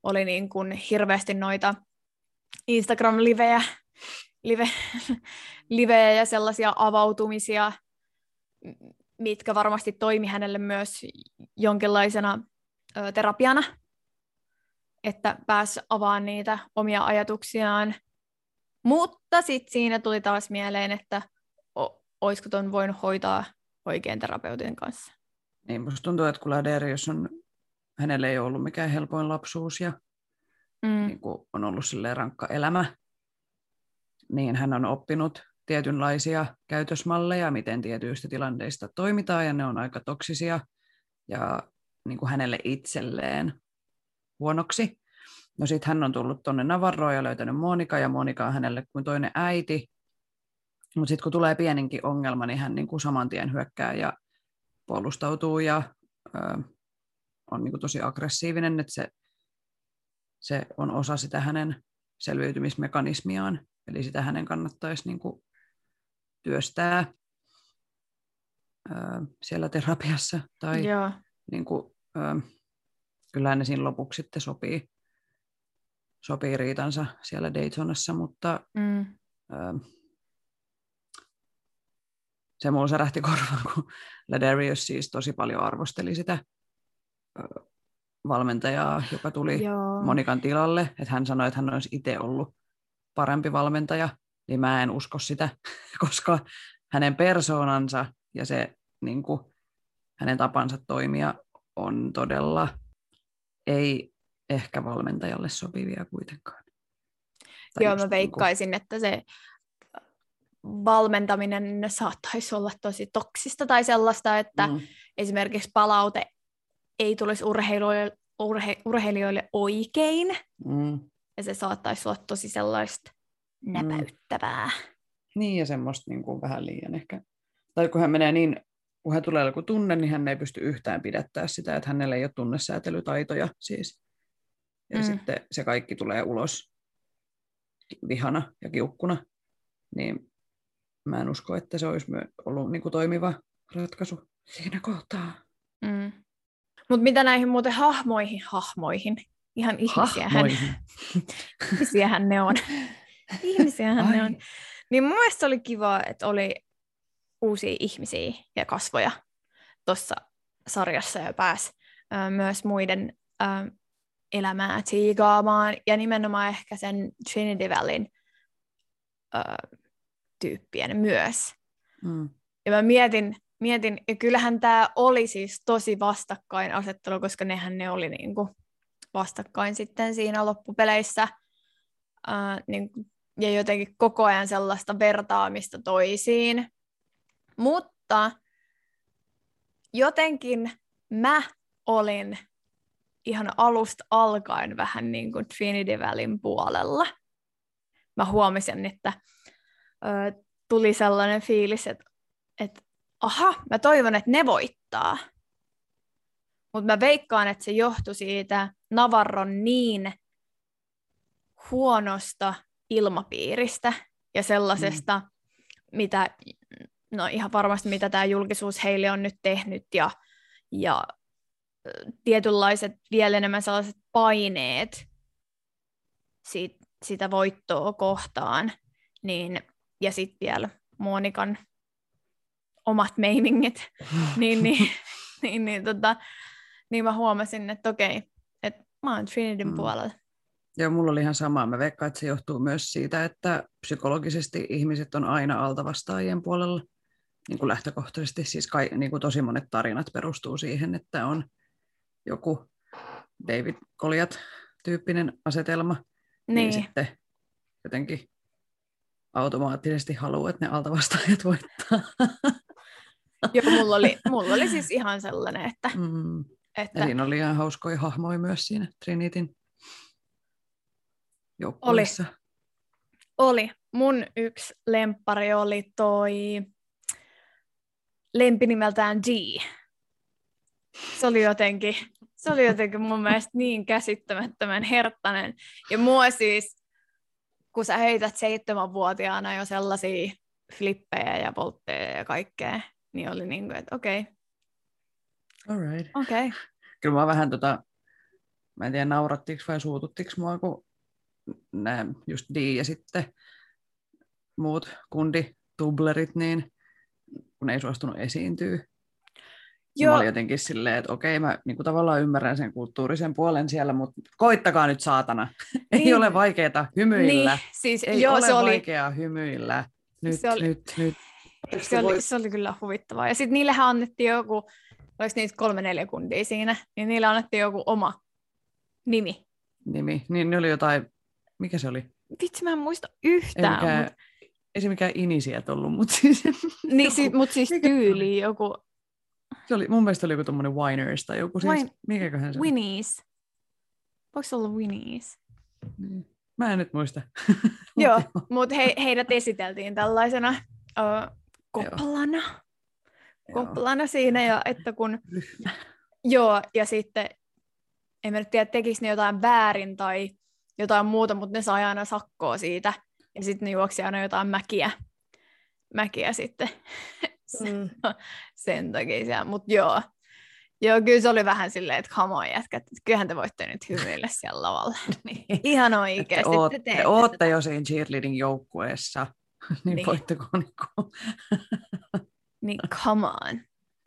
oli niin kuin hirveästi noita Instagram-livejä, live, livejä ja sellaisia avautumisia, mitkä varmasti toimi hänelle myös jonkinlaisena ö, terapiana, että pääsi avaamaan niitä omia ajatuksiaan. Mutta sitten siinä tuli taas mieleen, että o- olisiko ton voinut hoitaa oikein terapeutin kanssa. Niin, musta tuntuu, että kun Laderius on, hänelle ei ollut mikään helpoin lapsuus ja Mm. niin kuin on ollut silleen rankka elämä, niin hän on oppinut tietynlaisia käytösmalleja, miten tietyistä tilanteista toimitaan, ja ne on aika toksisia ja niin kuin hänelle itselleen huonoksi. No sitten hän on tullut tuonne Navarroon ja löytänyt Monika, ja Monika on hänelle kuin toinen äiti. Mutta sitten kun tulee pieninkin ongelma, niin hän niin kuin saman tien hyökkää ja puolustautuu ja ö, on niin kuin tosi aggressiivinen, että se, se on osa sitä hänen selviytymismekanismiaan. Eli sitä hänen kannattaisi niin kuin työstää ö, siellä terapiassa. Tai Joo. niin kuin, ö, kyllähän ne siinä lopuksi sitten sopii, sopii riitansa siellä Daytonassa, mutta Mm. ö, se mulla särähti korvaan, kun Laderius siis tosi paljon arvosteli sitä ö, valmentajaa, joka tuli Joo. Monikan tilalle. Että hän sanoi, että hän olisi itse ollut parempi valmentaja, niin mä en usko sitä, koska hänen persoonansa ja se niin kuin, hänen tapansa toimia on todella ei ehkä valmentajalle sopivia kuitenkaan. Tai Joo, just mä veikkaisin, niin kuin... että se valmentaminen saattaisi olla tosi toksista tai sellaista, että mm. esimerkiksi palaute ei tulisi urheilijoille, urhe, urheilijoille oikein, mm. ja se saattaisi olla tosi sellaista näpäyttävää. Mm. Niin, ja semmoista niin kuin vähän liian ehkä. Tai kun hän menee niin, kun hän tulee joku tunne, niin hän ei pysty yhtään pidättää sitä, että hänellä ei ole tunnesäätelytaitoja siis. Ja mm. sitten se kaikki tulee ulos vihana ja kiukkuna. Niin mä en usko, että se olisi ollut niin kuin toimiva ratkaisu siinä kohtaa. Mm. Mutta mitä näihin muuten hahmoihin, hahmoihin, ihan ihmisiähän, ihmisiähän ne on, ihmisiähän ne on. Niin mun mielestä se oli kiva, että oli uusia ihmisiä ja kasvoja tuossa sarjassa ja pääsi ö, myös muiden ö, elämää tsiikaamaan ja nimenomaan ehkä sen Trinity Valleyn ö, tyyppien myös. Mm. Ja mä mietin, mietin, ja kyllähän tämä oli siis tosi vastakkainasettelu, koska nehän ne oli niinku vastakkain sitten siinä loppupeleissä. Ää, niin, ja jotenkin koko ajan sellaista vertaamista toisiin. Mutta jotenkin mä olin ihan alusta alkaen vähän niin kuin Trinity Valleyn puolella. Mä huomasin, että ö, tuli sellainen fiilis, että, että aha, mä toivon, että ne voittaa. Mutta mä veikkaan, että se johtui siitä Navarron niin huonosta ilmapiiristä ja sellaisesta, mm. mitä, no ihan varmasti mitä tämä julkisuus heille on nyt tehnyt ja, ja tietynlaiset vielä enemmän sellaiset paineet siitä, sitä voittoa kohtaan, niin, ja sitten vielä Monikan omat meiningit, niin, niin, niin, niin, tota, niin mä huomasin, että okei, että mä oon Trinityn mm. puolella. Joo, mulla oli ihan sama. Mä veikkaan, että se johtuu myös siitä, että psykologisesti ihmiset on aina altavastaajien puolella niin kuin lähtökohtaisesti. Siis kai, niin kuin tosi monet tarinat perustuu siihen, että on joku David Goliath-tyyppinen asetelma, niin, niin sitten jotenkin automaattisesti haluaa, että ne altavastaajat voittaa. Joo, mulla oli, mulla oli siis ihan sellainen, että... Mm. että... Ja siinä oli ihan hauskoja hahmoja myös siinä Trinityn joukkueessa. Oli. oli. Mun yksi lemppari oli toi lempi nimeltään G. Se oli jotenkin, se oli jotenkin mun mielestä niin käsittämättömän herttainen. Ja mua siis, kun sä heität seitsemänvuotiaana jo sellaisia flippejä ja voltteja ja kaikkea, niin oli niin kuin, että okei. Okay. All right. Okay. Kyllä mä vähän tota, mä en tiedä naurattiinko vai suututtiinko mua, kun nämä just Dee ja sitten muut kunditublerit, niin kun ei suostunut esiintyä. Joo. Mä olin jotenkin silleen, että okei, mä niin kuin tavallaan ymmärrän sen kulttuurisen puolen siellä, mutta koittakaa nyt saatana. Niin. Ei ole vaikeaa hymyillä. Niin, siis, ei joo, ole se oli... vaikeaa hymyillä. Nyt, se oli... nyt, nyt. Se oli, se oli kyllä huvittavaa. Ja sitten niillehän annettiin joku, oliko niitä kolme neljä kundia siinä, niin niille annettiin joku oma nimi. Nimi. Niin ne oli jotain, mikä se oli? Vitsi, mä en muista yhtään. Ei, mikään, mut... ei se mikään inisiat ollut, mutta siis... niin, si, mut siis tyyli joku... Se oli, mun mielestä oli joku tommonen Winers tai joku siis, Win... mikäköhän se Winnies. Voiko se olla Winnies? Niin. Mä en nyt muista. Joo, mutta he, heidät esiteltiin tällaisena uh, koplana. Koplana siinä, ja että kun... Joo, ja sitten, en mä nyt tiedä, tekikö ne jotain väärin tai jotain muuta, mutta ne sai aina sakkoa siitä. Ja sitten ne juoksi aina jotain mäkiä, mäkiä sitten mm. sen takia. Mutta joo. joo, kyllä se oli vähän silleen, että come on jätkät, että kyllähän te voitte nyt hymyillä siellä lavalla. niin. Ihan oikeasti. Te, ootte, te, te ootte jo siinä cheerleading-joukkueessa, niin, niin. voitteko niinku... niin come on.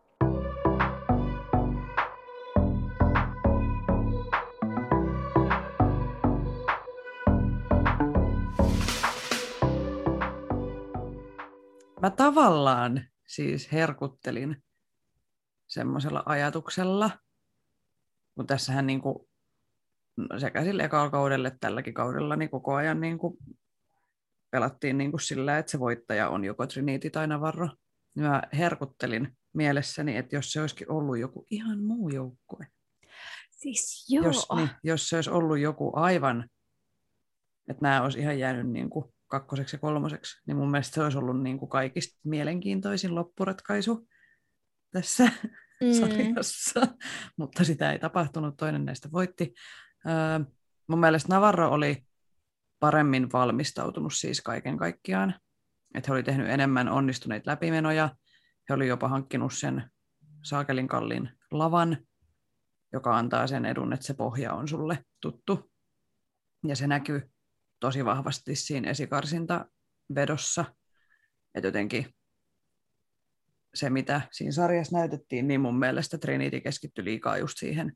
Mä tavallaan siis herkuttelin semmoisella ajatuksella, kun tässähän niinku sekä sillä ekalla kaudella että tälläkin kaudella niin koko ajan niinku pelattiin niinku sillä, että se voittaja on joko Trinity tai Navarro. Mä herkuttelin mielessäni, että jos se olisikin ollut joku ihan muu joukkue. Siis joo. Jos, niin, jos se olisi ollut joku aivan, että nämä olisi ihan jäänyt niinku kakkoseksi ja kolmoseksi, niin mun mielestä se olisi ollut niin kuin kaikista mielenkiintoisin loppuratkaisu tässä mm. sarjassa, mutta sitä ei tapahtunut, toinen näistä voitti. Öö, mun mielestä Navarro oli paremmin valmistautunut siis kaiken kaikkiaan, että he oli tehnyt enemmän onnistuneita läpimenoja, he oli jopa hankkinut sen saakelin kalliin lavan, joka antaa sen edun, että se pohja on sulle tuttu, ja se näkyy tosi vahvasti siinä esikarsintavedossa. Että jotenkin se, mitä siinä sarjassa näytettiin, niin mun mielestä Trinity keskittyi liikaa just siihen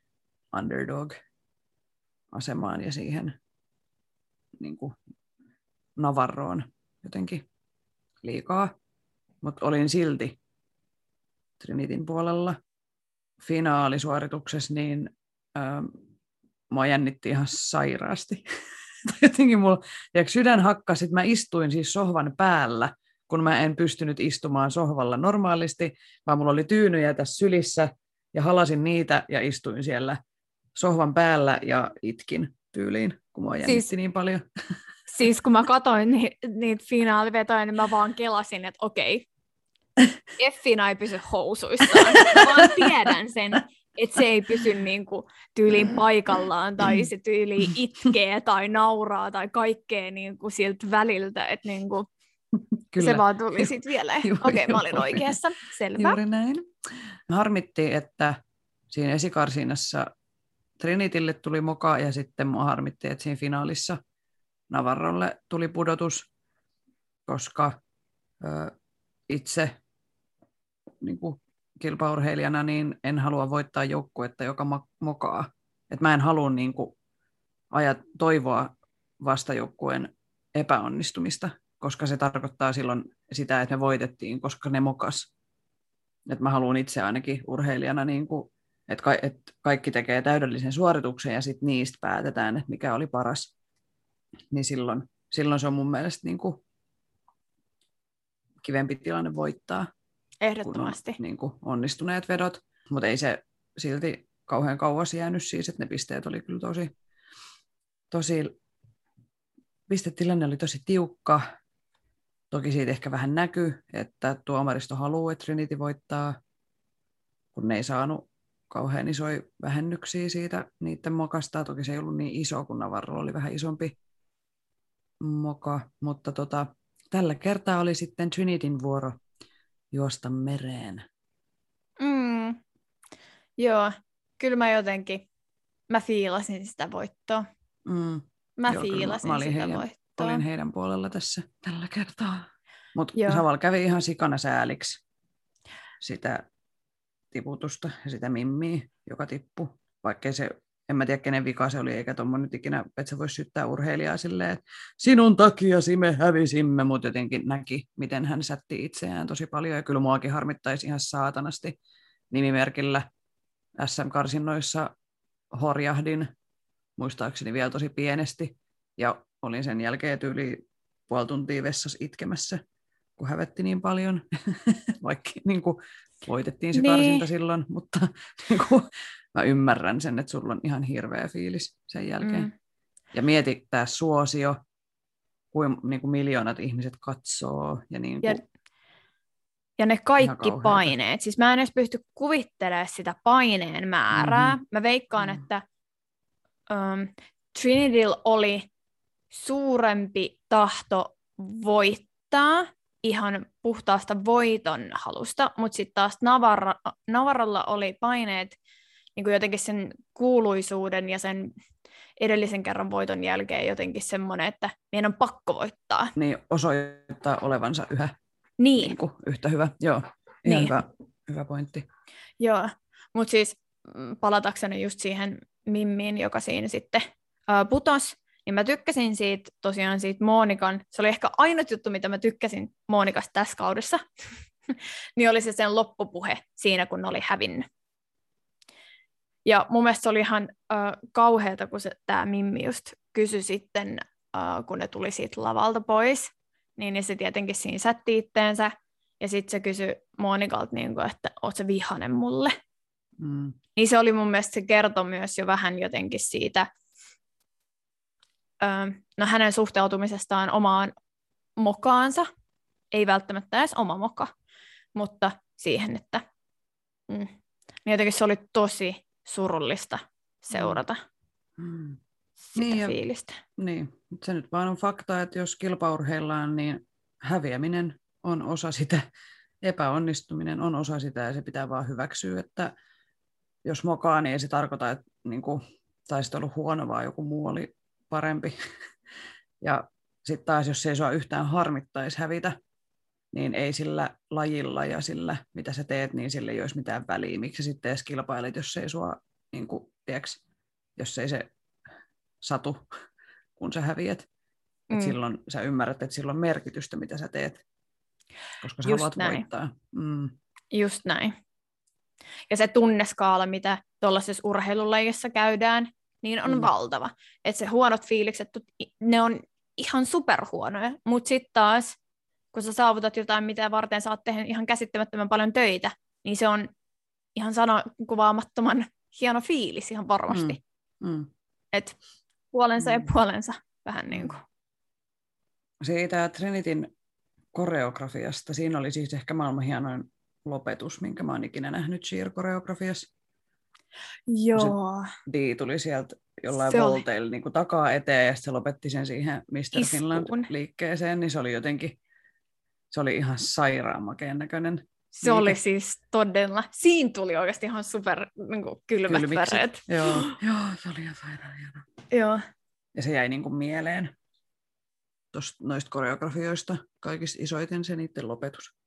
underdog-asemaan ja siihen niin kuin Navarroon jotenkin liikaa. Mutta olin silti Trinityn puolella finaalisuorituksessa, niin ähm, mua jännitti ihan sairaasti. Jotenkin mulla tiedätkö, sydän hakkasi, että mä istuin siis sohvan päällä, kun mä en pystynyt istumaan sohvalla normaalisti, vaan mulla oli tyynyjä tässä sylissä ja halasin niitä ja istuin siellä sohvan päällä ja itkin tyyliin, kun mua jännitti siis, niin paljon. Siis kun mä katsoin ni- niitä finaalivetoja, niin mä vaan kelasin, että okei, Effina ei pysy housuissaan. Mä vaan tiedän sen, että se ei pysy niinku tyyliin paikallaan, tai se tyyliin itkee tai nauraa tai kaikkea niinku siltä väliltä, että niinku se vaan tuli sitten vielä. Okei, okay, mä olin oikeassa, selvä. Juuri näin. Harmitti, että siinä esikarsinassa Trinitylle tuli moka, ja sitten mua harmitti, että siinä finaalissa Navarrolle tuli pudotus, koska ö, itse niin kuin kilpaurheilijana niin en halua voittaa joukkuetta, joka mokaa. Et mä en halua niin kuin ajat, toivoa vastajoukkueen epäonnistumista, koska se tarkoittaa silloin sitä, että me voitettiin, koska ne mokas. Et mä haluan itse ainakin urheilijana, niin kuin, että ka- et kaikki tekee täydellisen suorituksen ja sitten niistä päätetään, että mikä oli paras. Niin silloin, silloin se on mun mielestä niin kuin kivempi tilanne voittaa. Ehdottomasti. On, niin kuin onnistuneet vedot, mutta ei se silti kauhean kauas jäänyt siis, että ne pisteet oli kyllä tosi, tosi, pistetilanne oli tosi tiukka. Toki siitä ehkä vähän näkyy, että tuomaristo haluaa, että Trinity voittaa, kun ne ei saanut kauhean isoja vähennyksiä siitä niiden mokasta. Toki se ei ollut niin iso, kun Navarro oli vähän isompi moka, mutta tota, tällä kertaa oli sitten Trinityn vuoro juosta mereen. Mm. Joo, kyllä mä jotenkin mä fiilasin sitä voittoa. Mm. Mä Joo, kyllä fiilasin mä, mä olin sitä heidän, voittoa. olin heidän puolella tässä tällä kertaa. Mutta Joo. samalla kävi ihan sikana sääliksi sitä tiputusta ja sitä mimmiä, joka tippui. Vaikkei se, en mä tiedä kenen vika se oli, eikä tuommoinen nyt ikinä, että se voisi syyttää urheilijaa silleen, että sinun takiasi me hävisimme, mutta jotenkin näki, miten hän sätti itseään tosi paljon. Ja kyllä muakin harmittaisi ihan saatanasti nimimerkillä S M-karsinnoissa horjahdin, muistaakseni vielä tosi pienesti. Ja olin sen jälkeen tyyli puoli tuntia vessassa itkemässä, kun hävetti niin paljon, vaikka niin kuin, voitettiin se niin. karsinta silloin, mutta niin kuin, mä ymmärrän sen, että sulla on ihan hirveä fiilis sen jälkeen. Mm. Ja mieti tämä suosio, kuin, niin kuin miljoonat ihmiset katsoo. Ja, niin kuin, ja, ja ne kaikki paineet. Siis mä en edes pysty kuvittelemaan sitä paineen määrää. Mm-hmm. Mä veikkaan, mm. että um, Trinityllä oli suurempi tahto voittaa ihan puhtaasta voiton halusta, mutta sitten taas Navarro, Navarrolla oli paineet niin kuin jotenkin sen kuuluisuuden ja sen edellisen kerran voiton jälkeen jotenkin semmoinen, että meidän on pakko voittaa. Niin, osoittaa olevansa yhä niin. Niin kuin, yhtä hyvä. Joo, ihan niin. hyvä, hyvä pointti. Joo, mutta siis palatakseni just siihen Mimmiin, joka siinä sitten ää, putosi, niin mä tykkäsin siitä tosiaan siitä Monikan, se oli ehkä ainut juttu, mitä mä tykkäsin Monikasta tässä kaudessa, niin oli se sen loppupuhe siinä, kun ne oli hävinnyt. Ja mun mielestä se oli ihan äh, kauheata, kun tämä Mimmi just kysyi sitten, äh, kun ne tuli siitä lavalta pois, niin se tietenkin siinä sätti itteensä, ja sitten se kysyi Monikalta, niin kuin, että oot sä vihanen mulle. Mm. Niin se oli mun mielestä, se kertoi myös jo vähän jotenkin siitä, äh, no hänen suhteutumisestaan omaan mokaansa, ei välttämättä edes oma moka, mutta siihen, että mm, niin jotenkin se oli tosi surullista seurata mm. sitä niin, fiilistä. Niin, se nyt vaan on fakta, että jos kilpaurheillaan, niin häviäminen on osa sitä, epäonnistuminen on osa sitä, ja se pitää vaan hyväksyä, että jos mokaa, niin ei se tarkoita, että niin kuin, tai sitten ollut huono, vaan joku muu oli parempi. Ja sitten taas, jos ei sua yhtään harmittaisi hävitä, niin ei sillä lajilla ja sillä, mitä sä teet, niin sillä ei olisi mitään väliä. Miksi sä sitten edes kilpailet, jos ei sua, niin kuin, tiiäks, jos ei se satu, kun sä häviät. Mm. Et silloin sä ymmärrät, että sillä on merkitystä, mitä sä teet, koska sä Just haluat näin. voittaa. Mm. Just näin. Ja se tunneskaala, mitä tuollaisessa urheilulajissa käydään, niin on mm. valtava. Että se huonot fiilikset, ne on ihan superhuonoja, mutta sitten taas, kun sä saavutat jotain, mitä varten sä oot tehnyt ihan käsittämättömän paljon töitä, niin se on ihan sanakuvaamattoman hieno fiilis ihan varmasti. Mm. Mm. Että puolensa mm. ja puolensa vähän niin kuin. Siitä Trinityn koreografiasta, siinä oli siis ehkä maailman hienoin lopetus, minkä mä oon ikinä nähnyt cheer-koreografiassa. Joo. Dee tuli sieltä jollain volteilla niin kuin takaa eteen, ja sitten se lopetti sen siihen mister Iskuun. Finland-liikkeeseen, niin se oli jotenkin, se oli ihan sairaan makeen näköinen. Se liike. Oli siis todella, siinä tuli oikeasti ihan super niin kuin kylmät väreet. Joo, joo, se oli ihan sairaan hieno. Joo. Ja se jäi niin kuin mieleen tosta, noista koreografioista kaikista isoiten se niiden lopetus.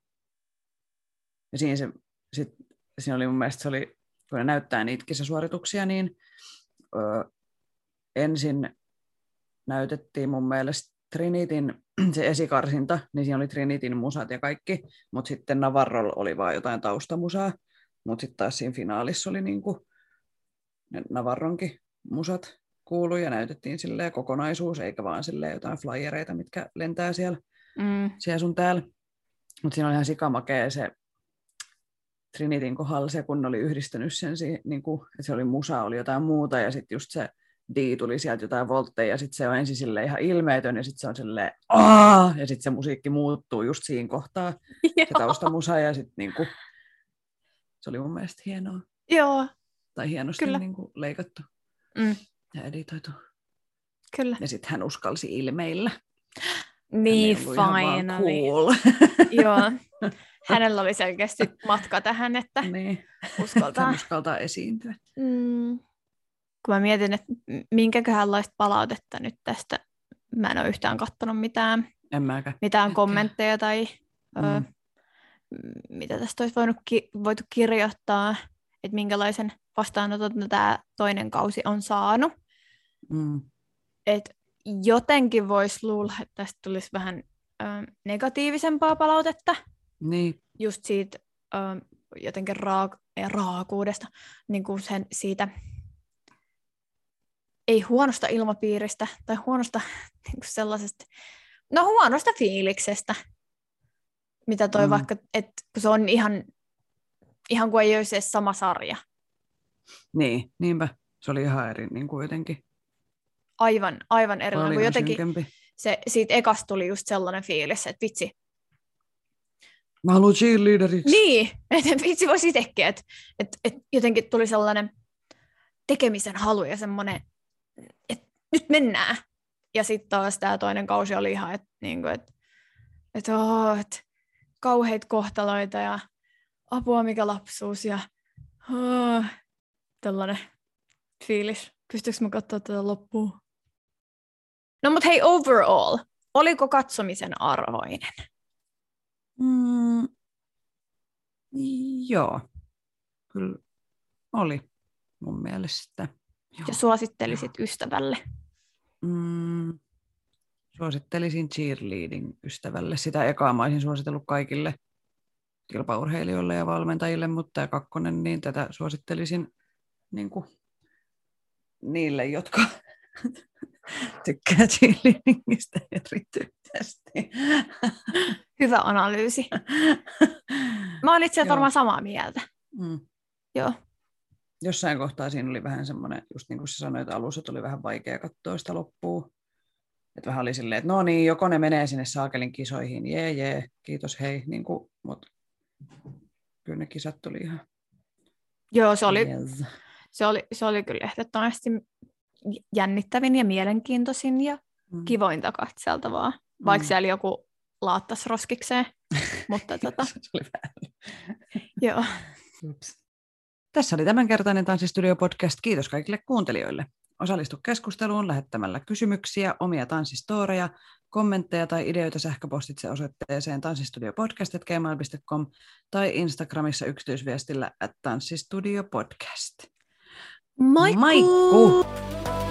Ja siinä, se, sit, siinä oli mun mielestä, se oli, kun ne näyttää niitä kisasuorituksia, niin ö, ensin näytettiin mun mielestä Trinityn se esikarsinta, niin siinä oli Trinityn musat ja kaikki, mutta sitten Navarrolla oli vaan jotain taustamusaa, mutta sitten taas siinä finaalissa oli niinku ne Navarronkin musat kuului ja näytettiin silleen kokonaisuus, eikä vaan silleen jotain flyereita, mitkä lentää siellä, mm. siellä sun täällä. Mutta siinä oli ihan sikamakea se Trinityn kohdalla se, kun ne oli yhdistänyt sen, niin kuin, että se oli musa, oli jotain muuta, ja sitten just se Dee tuli sieltä jotain voltteja, ja sitten se on ensin silleen ihan ilmeetön, ja sitten se on silleen aah, ja sitten se musiikki muuttuu just siinä kohtaa, se taustamusa, ja sitten niin kuin, se oli mun mielestä hienoa. Joo. Tai hienosti niin kuin leikattu mm. ja editoitu. Kyllä. Ja sitten hän uskalsi ilmeillä. Niin, finally. Cool. Joo. Hänellä oli selkeästi matka tähän, että niin. uskaltaa. Hän uskaltaa esiintyä. Mm. kun mä mietin, että minkäköhänlaista palautetta nyt tästä, mä en ole yhtään katsonut mitään, En mäkään. mitään kommentteja tai Mm. ö, mitä tästä olisi voinut ki- voitu kirjoittaa, että minkälaisen vastaanoton tämä toinen kausi on saanut. Mm. Et jotenkin voisi luulla, että tästä tulisi vähän ö, negatiivisempaa palautetta, Niin. just siitä ö, jotenkin raak- ja raakuudesta, niin kuin sen siitä ei huonosta ilmapiiristä tai huonosta niin kuin sellaisesta, no huonosta fiiliksestä, mitä toi Mm. vaikka, että kun se on ihan, ihan kuin ei olisi edes sama sarja. Niin, niinpä. Se oli ihan eri niin kuin jotenkin. Aivan, aivan erilainen, kun Paljon jotenkin synkempi. se, siitä ekasta tuli just sellainen fiilis, että vitsi, Mä haluan cheerleaderiksi. niin, että vitsi voisi itsekin, että, että, että jotenkin tuli sellainen tekemisen halu ja semmoinen, että nyt mennään. Ja sitten taas tämä toinen kausi oli ihan, että, niin kuin, että, että, oh, että kauheita kohtaloita ja apua mikä lapsuus ja oh, tällainen fiilis. Pystyykö mä katsoa tätä loppuun? No mut hei, overall, oliko katsomisen arvoinen? Mm. Joo. Kyllä oli mun mielestä. Joo. Ja suosittelisit ystävälle? Mm. Suosittelisin cheerleading ystävälle. Sitä ekaa mä olisin suositellut kaikille kilpaurheilijoille ja valmentajille, mutta tämä kakkonen, niin tätä suosittelisin niin kuin niille, jotka tykkää cheerleadingistä erityisesti. Hyvä analyysi. Mä olin itse asiassa Joo. varmaan samaa mieltä. Mm. Joo. Jossain kohtaa siinä oli vähän semmoinen, just niin kuin sä sanoit alussa, että oli vähän vaikea katsoa sitä loppuun. Että vähän oli silleen, että no niin, joko ne menee sinne saakelin kisoihin, jee jee, kiitos hei, niin kuin, mutta kyllä ne kisat tuli ihan Joo, se oli, yes. se oli, se oli kyllä ehdottomasti jännittävin ja mielenkiintoisin ja Mm. kivointa katseltavaa, vaikka Mm. siellä joku laattas roskikseen. Mutta tota, Se oli vähän. joo. Ups. Tässä oli tämänkertainen Tanssistudio-podcast. Kiitos kaikille kuuntelijoille. Osallistu keskusteluun lähettämällä kysymyksiä, omia tanssistoreja, kommentteja tai ideoita sähköpostitse osoitteeseen tanssistudiopodcast at gmail dot com tai Instagramissa yksityisviestillä at tanssistudiopodcast. Moikku! Moikku!